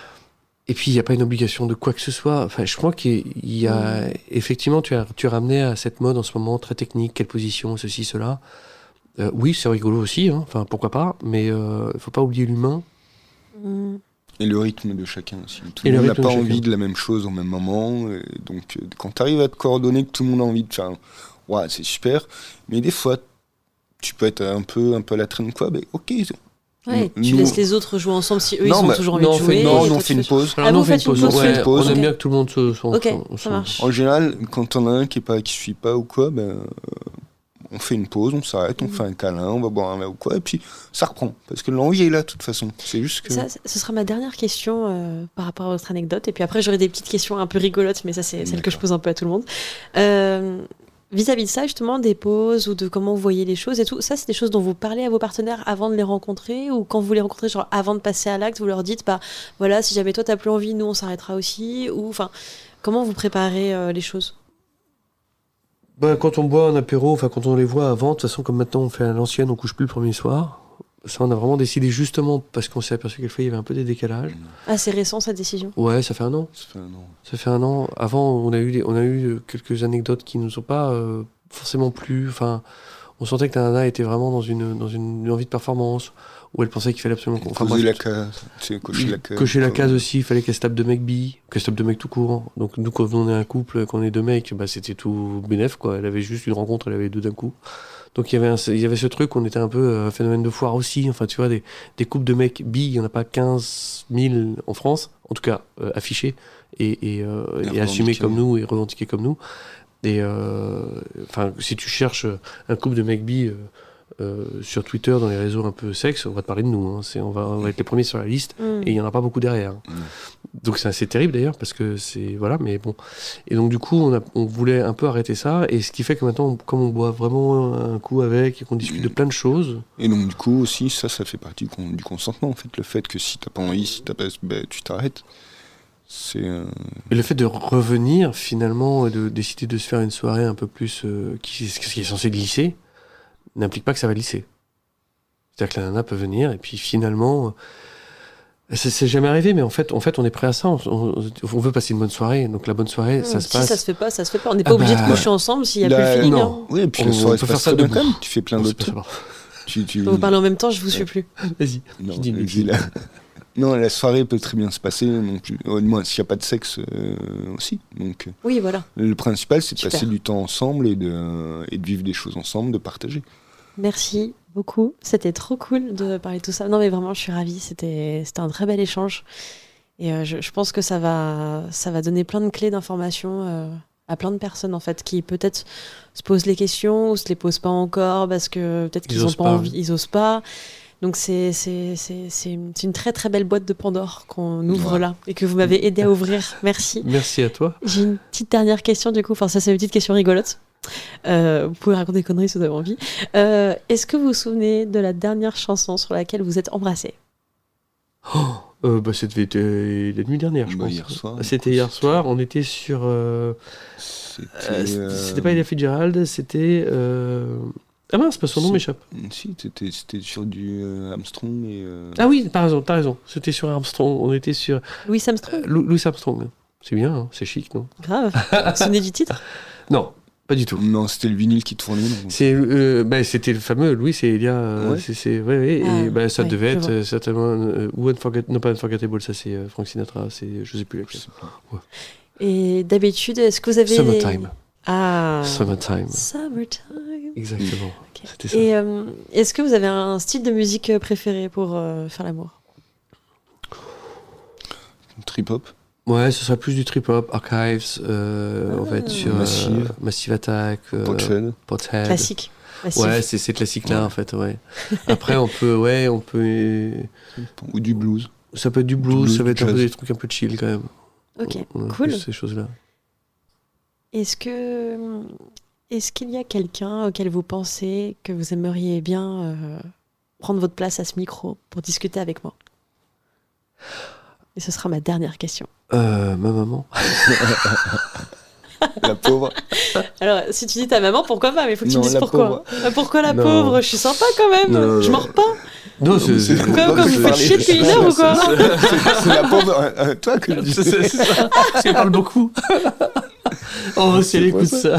Et puis il n'y a pas une obligation de quoi que ce soit, enfin je crois qu'il y a, mmh. effectivement tu as, tu as ramené à cette mode en ce moment très technique, quelle position, ceci, cela... Euh, oui, c'est rigolo aussi, hein. Enfin, pourquoi pas, mais il euh, ne faut pas oublier l'humain. Mm. Et le rythme de chacun aussi. Tout et le monde n'a n'a pas de envie chacun. de la même chose au même moment. Et donc, euh, quand tu arrives à te coordonner, que tout le monde a envie de faire, ouais, c'est super. Mais des fois, tu peux être un peu, un peu à la traîne, quoi. Ben, ok. Ouais, nous, tu laisses les autres jouer ensemble si eux non, ils ont bah, toujours envie non, de jouer. Non, et on toi, fait tu une fais... pause. Ah, vous faites une pause. Ouais, une pause. on aime okay. bien que tout le monde se... se ok, se, ça marche. En général, quand on a un qui est pas, qui suit pas ou quoi, ben... Euh, on fait une pause, on s'arrête, on mmh. fait un câlin, on va boire un verre ou quoi, et puis ça reprend. Parce que l'envie est là, de toute façon. C'est juste que... Ça, ce sera ma dernière question euh, par rapport à votre anecdote. Et puis après, j'aurai des petites questions un peu rigolotes, mais ça, c'est D'accord. celle que je pose un peu à tout le monde. Euh, vis-à-vis de ça, justement, des pauses ou de comment vous voyez les choses et tout, ça, c'est des choses dont vous parlez à vos partenaires avant de les rencontrer, ou quand vous les rencontrez, genre avant de passer à l'acte, vous leur dites, bah voilà, si jamais toi, t'as plus envie, nous, on s'arrêtera aussi, ou enfin, comment vous préparez euh, les choses? Ben, quand on boit un apéro, enfin quand on les voit avant, de toute façon comme maintenant on fait à l'ancienne, on couche plus le premier soir. Ça on a vraiment décidé justement parce qu'on s'est aperçu qu'il y avait un peu des décalages. Ah c'est récent cette décision? Ouais, ça fait un an. Ça fait un an. Ça fait un an. Avant on a eu, des, on a eu quelques anecdotes qui nous ont pas euh, forcément plu. Enfin, on sentait que la nana était vraiment dans une, dans une, une envie de performance, où elle pensait qu'il fallait absolument qu'on... Enfin, la case, tu sais, cocher la case. Cocher la case aussi, il fallait qu'elle se tape de mec bi, qu'elle se tape de mec tout court. Donc nous, quand on est un couple, quand on est deux mecs, bah, c'était tout bénef, quoi. Elle avait juste une rencontre, elle avait deux d'un coup. Donc il y avait, un, il y avait ce truc, on était un peu euh, phénomène de foire aussi. Enfin, tu vois, des, des couples de mecs bi, il n'y en a pas quinze mille en France, en tout cas euh, affichés et, et, euh, et, et assumés comme nous et revendiqués comme nous. Et enfin, euh, si tu cherches un couple de mecs bi euh, euh, sur Twitter, dans les réseaux un peu sexe, on va te parler de nous. Hein. C'est, on, va, on va être les premiers sur la liste mm. et il n'y en a pas beaucoup derrière. Mm. Donc c'est assez terrible d'ailleurs parce que c'est voilà, mais bon. Et donc du coup, on, a, on voulait un peu arrêter ça. Et ce qui fait que maintenant, on, comme on boit vraiment un coup avec et qu'on discute mm. de plein de choses. Et donc du coup aussi, ça, ça fait partie du consentement en fait. Le fait que si t'as pas envie, si t'as pas, ben, tu t'arrêtes. C'est euh... Et le fait de revenir finalement et de décider de se faire une soirée un peu plus euh, qui, qui est censé glisser n'implique pas que ça va glisser. C'est-à-dire que la nana peut venir et puis finalement C'est, c'est jamais arrivé, mais en fait, en fait, on est prêt à ça. On, on, on veut passer une bonne soirée, donc la bonne soirée, mmh, ça se si passe. Si ça se fait pas, ça se fait pas. On n'est pas ah obligé bah, de coucher ensemble s'il y a là, plus le feeling. Non. Hein. Oui, et puis on, la soirée se peut faire passe ça très bien debout. quand même. Tu fais plein on d'autres trucs. Tu, tu... Vous parlez en même temps, je vous suis plus. Vas-y. Non, je dis une dis la... non, la soirée peut très bien se passer. Donc, au moins, s'il n'y a pas de sexe euh, aussi. Donc, oui, voilà. Le principal, c'est de Super. passer du temps ensemble et de, et de vivre des choses ensemble, de partager. Merci beaucoup. C'était trop cool de parler de tout ça. Non, mais vraiment, je suis ravie. C'était, c'était un très bel échange. Et euh, je, je pense que ça va, ça va donner plein de clés d'information euh, à plein de personnes, en fait, qui peut-être se posent les questions ou se les posent pas encore parce que peut-être qu'ils Ils n'ont osent pas pas, envie, oui. ils osent pas. Donc, c'est, c'est, c'est, c'est, une, c'est une très, très belle boîte de Pandore qu'on ouvre Ouais. là et que vous m'avez aidé à ouvrir. Merci. Merci à toi. J'ai une petite dernière question, du coup. Enfin, ça, c'est une petite question rigolote. Euh, vous pouvez raconter des conneries si vous avez envie. Euh, est-ce que vous vous souvenez de la dernière chanson sur laquelle vous êtes embrassés ? Oh, euh, bah, ça devait être euh, la nuit dernière, je Bah, pense. hier soir, C'était du coup, hier c'était- soir. On était sur. Euh, C'était, euh, c'était, euh, c'était pas Ella Fitzgerald, c'était. Euh... Ah mince, pas son nom Si. m'échappe. Si, c'était, c'était sur du euh, Armstrong et. Euh... Ah oui, t'as raison, t'as raison. C'était sur Armstrong. On était sur Louis euh, Armstrong ? Lou- Louis Armstrong. C'est bien, hein, c'est chic, non? Grave. Vous vous souvenez du titre ? Non, pas du tout. Non, c'était le vinyle qui tournait. donc- C'est, euh, bah, c'était le fameux Louis, c'est Elia. Euh, Ouais. c'est, c'est, ouais, ouais, Ah, et bah, ça ouais, devait je être vois. euh, certainement. Euh, ou Unforget- non, pas Unforgettable, ça c'est euh, Frank Sinatra, c'est, je sais plus Je laquelle. sais pas. Et d'habitude, est-ce que vous avez... Summertime. Ah. Summertime. Summertime. Exactement. Ok. C'était ça. Et euh, est-ce que vous avez un style de musique euh, préféré pour euh, faire l'amour ? Trip-hop. Ouais, ce serait plus du trip-hop, Archives, euh, on va être sur euh, Massive. Massive Attack, euh, Portishead. Portishead. Classique. Massif. Ouais, c'est ces classiques-là, Ouais. en fait, ouais. Après, on peut, ouais, on peut... Ou du blues. Ça peut être du blues, blues, ça va du être un peu jazz. des trucs un peu chill, quand même. Ok, On a cool. plus ces choses-là. Est-ce que... Est-ce qu'il y a quelqu'un auquel vous pensez que vous aimeriez bien euh, prendre votre place à ce micro pour discuter avec moi ? Et ce sera ma dernière question. Euh, ma maman. La pauvre. Alors, si tu dis ta maman, pourquoi pas ? Mais il faut que tu Non, me dises la pourquoi. pauvre. Ah, pourquoi la Non. pauvre ? Je suis sympa quand même. Non, je non. mords pas. Non, c'est... c'est- c'est- Quoi, quoi, vous c'est- faites chier depuis une heure ou quoi ? C'est c'est la pauvre. euh, euh, toi que je dis. C'est c'est ça, parce qu'elle parle beaucoup. Oh, si elle C'est écoute quoi, ça.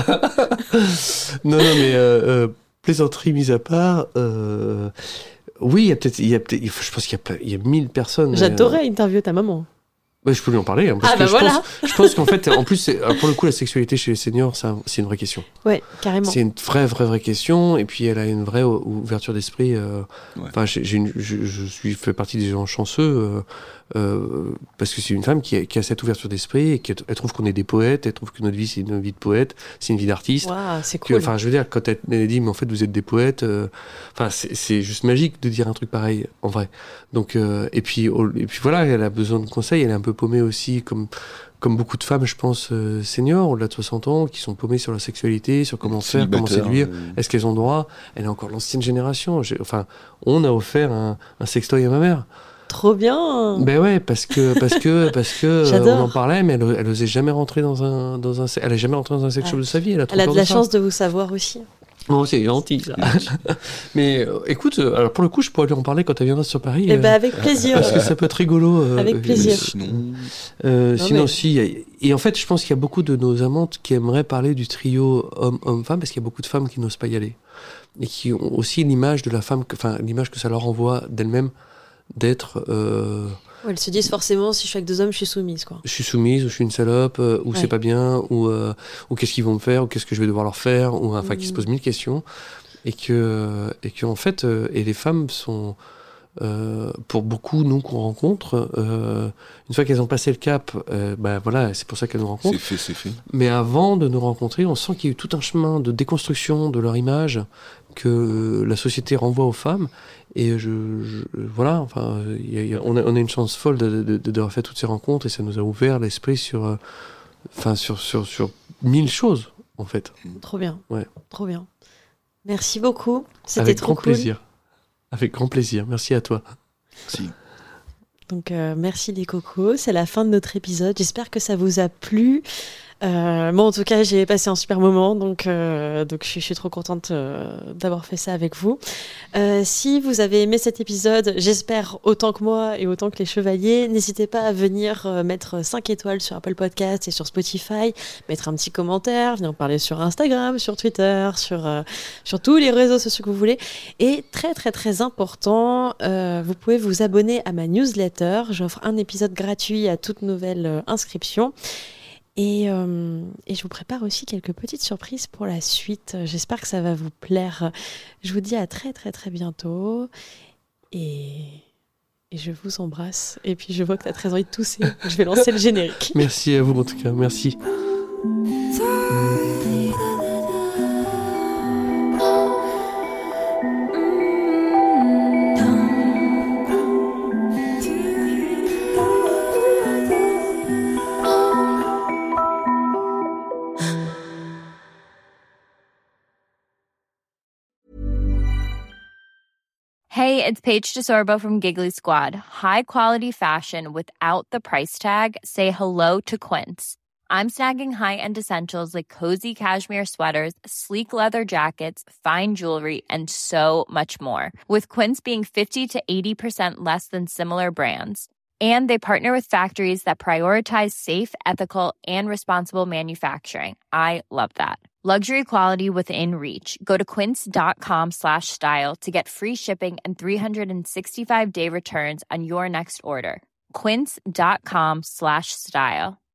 Non, non, mais euh, euh, plaisanterie mise à part, euh, oui, il y a peut-être, il y a peut-être, il faut- je pense qu'il y a, plein- il y a mille personnes. mais, J'adorais interviewer ta maman. euh, ouais, je peux lui en parler. hein, parce Ah, que bah je voilà. pense, je pense qu'en fait, en plus, c'est- pour le coup, la sexualité chez les seniors, c'est, un- c'est une vraie question. Ouais, carrément. C'est une vraie, vraie, vraie question. Et puis, elle a une vraie ou- ouverture d'esprit. euh, Ouais. Enfin, j'ai, j'ai une- je, je suis fais partie des gens chanceux euh, euh, parce que c'est une femme qui a, qui a cette ouverture d'esprit et qui elle trouve qu'on est des poètes. Elle trouve que notre vie c'est une vie de poète, c'est une vie d'artiste. Waouh, c'est Que, cool. Enfin, je veux dire, quand elle, elle dit, mais en fait, vous êtes des poètes. euh, Enfin, c'est, c'est juste magique de dire un truc pareil, en vrai. Donc, euh, et puis, au- et puis voilà, elle a besoin de conseils. Elle est un peu paumée aussi, comme. Comme beaucoup de femmes, je pense, euh, seniors, au-delà de soixante ans, qui sont paumées sur la sexualité, sur comment faire, comment Célibataire, séduire, euh, est-ce qu'elles ont droit. Elle est encore l'ancienne génération. J'ai- Enfin, on a offert un, un sextoy à ma mère. Trop bien. Ben ouais, parce que parce que parce que euh, J'adore. on en parlait, mais elle, elle osait jamais rentrer dans un dans un, elle a jamais rentré dans un sex shop Ouais. de sa vie. Elle a, trop Elle a peur de la ça. chance de vous savoir aussi. Oh, c'est gentil ça. Mais euh, écoute, euh, alors pour le coup, je pourrais lui en parler quand elle viendra sur Paris. Eh euh, ben avec plaisir. parce que ça peut être rigolo. euh, Avec euh, plaisir. Sinon, Euh, Non, sinon, mais- si. y a- Et en fait, je pense qu'il y a beaucoup de nos amantes qui aimeraient parler du trio homme-homme-femme, parce qu'il y a beaucoup de femmes qui n'osent pas y aller. Et qui ont aussi l'image de la femme, que- enfin, l'image que ça leur envoie d'elle-même d'être. euh, Ouais, elles se disent forcément, si je suis avec deux hommes, je suis soumise, quoi. je suis soumise, ou je suis une salope, euh, ou Ouais. c'est pas bien, ou, euh, ou qu'est-ce qu'ils vont me faire, ou qu'est-ce que je vais devoir leur faire, ou enfin, qui se Mm. posent mille questions. Et que, et que en fait, euh, et les femmes sont. Euh, pour beaucoup, nous qu'on rencontre, euh, une fois qu'elles ont passé le cap, euh, bah voilà, c'est pour ça qu'elles nous rencontrent. c'est fait, c'est fait. Mais avant de nous rencontrer, on sent qu'il y a eu tout un chemin de déconstruction de leur image que euh, la société renvoie aux femmes. Et je, je- voilà, enfin, il y a- il y a- on, a, on a une chance folle de, de, de, d'avoir fait toutes ces rencontres et ça nous a ouvert l'esprit sur, euh, enfin, sur, sur, sur mille choses, en fait. Trop bien. Ouais. Trop bien. Merci beaucoup. C'était Avec trop grand cool. plaisir. Avec grand plaisir. Merci à toi. Si. Donc, euh, merci les cocos. C'est la fin de notre épisode. J'espère que ça vous a plu. Euh, moi, en tout cas, j'ai passé un super moment, donc, euh, donc je, suis, je suis trop contente euh, d'avoir fait ça avec vous. Euh, si vous avez aimé cet épisode, j'espère autant que moi et autant que les chevaliers, n'hésitez pas à venir euh, mettre cinq étoiles sur Apple Podcast et sur Spotify, mettre un petit commentaire, venir parler sur Instagram, sur Twitter, sur, euh, sur tous les réseaux sociaux que vous voulez. Et très, très, très important, euh, vous pouvez vous abonner à ma newsletter. J'offre un épisode gratuit à toute nouvelle euh, inscription. Et, euh, et je vous prépare aussi quelques petites surprises pour la suite. J'espère que ça va vous plaire. Je vous dis à très très très bientôt. Et, et je vous embrasse. Et puis je vois que tu as très envie de tousser. Je vais lancer le générique. Merci à vous en tout cas, merci. Hey, it's Paige DeSorbo from Giggly Squad. High quality fashion without the price tag. Say hello to Quince. I'm snagging high-end essentials like cozy cashmere sweaters, sleek leather jackets, fine jewelry, and so much more. With Quince being fifty to eighty percent less than similar brands. And they partner with factories that prioritize safe, ethical, and responsible manufacturing. I love that. Luxury quality within reach. Go to quince.com slash style to get free shipping and three sixty-five day returns on your next order. Quince.com slash style.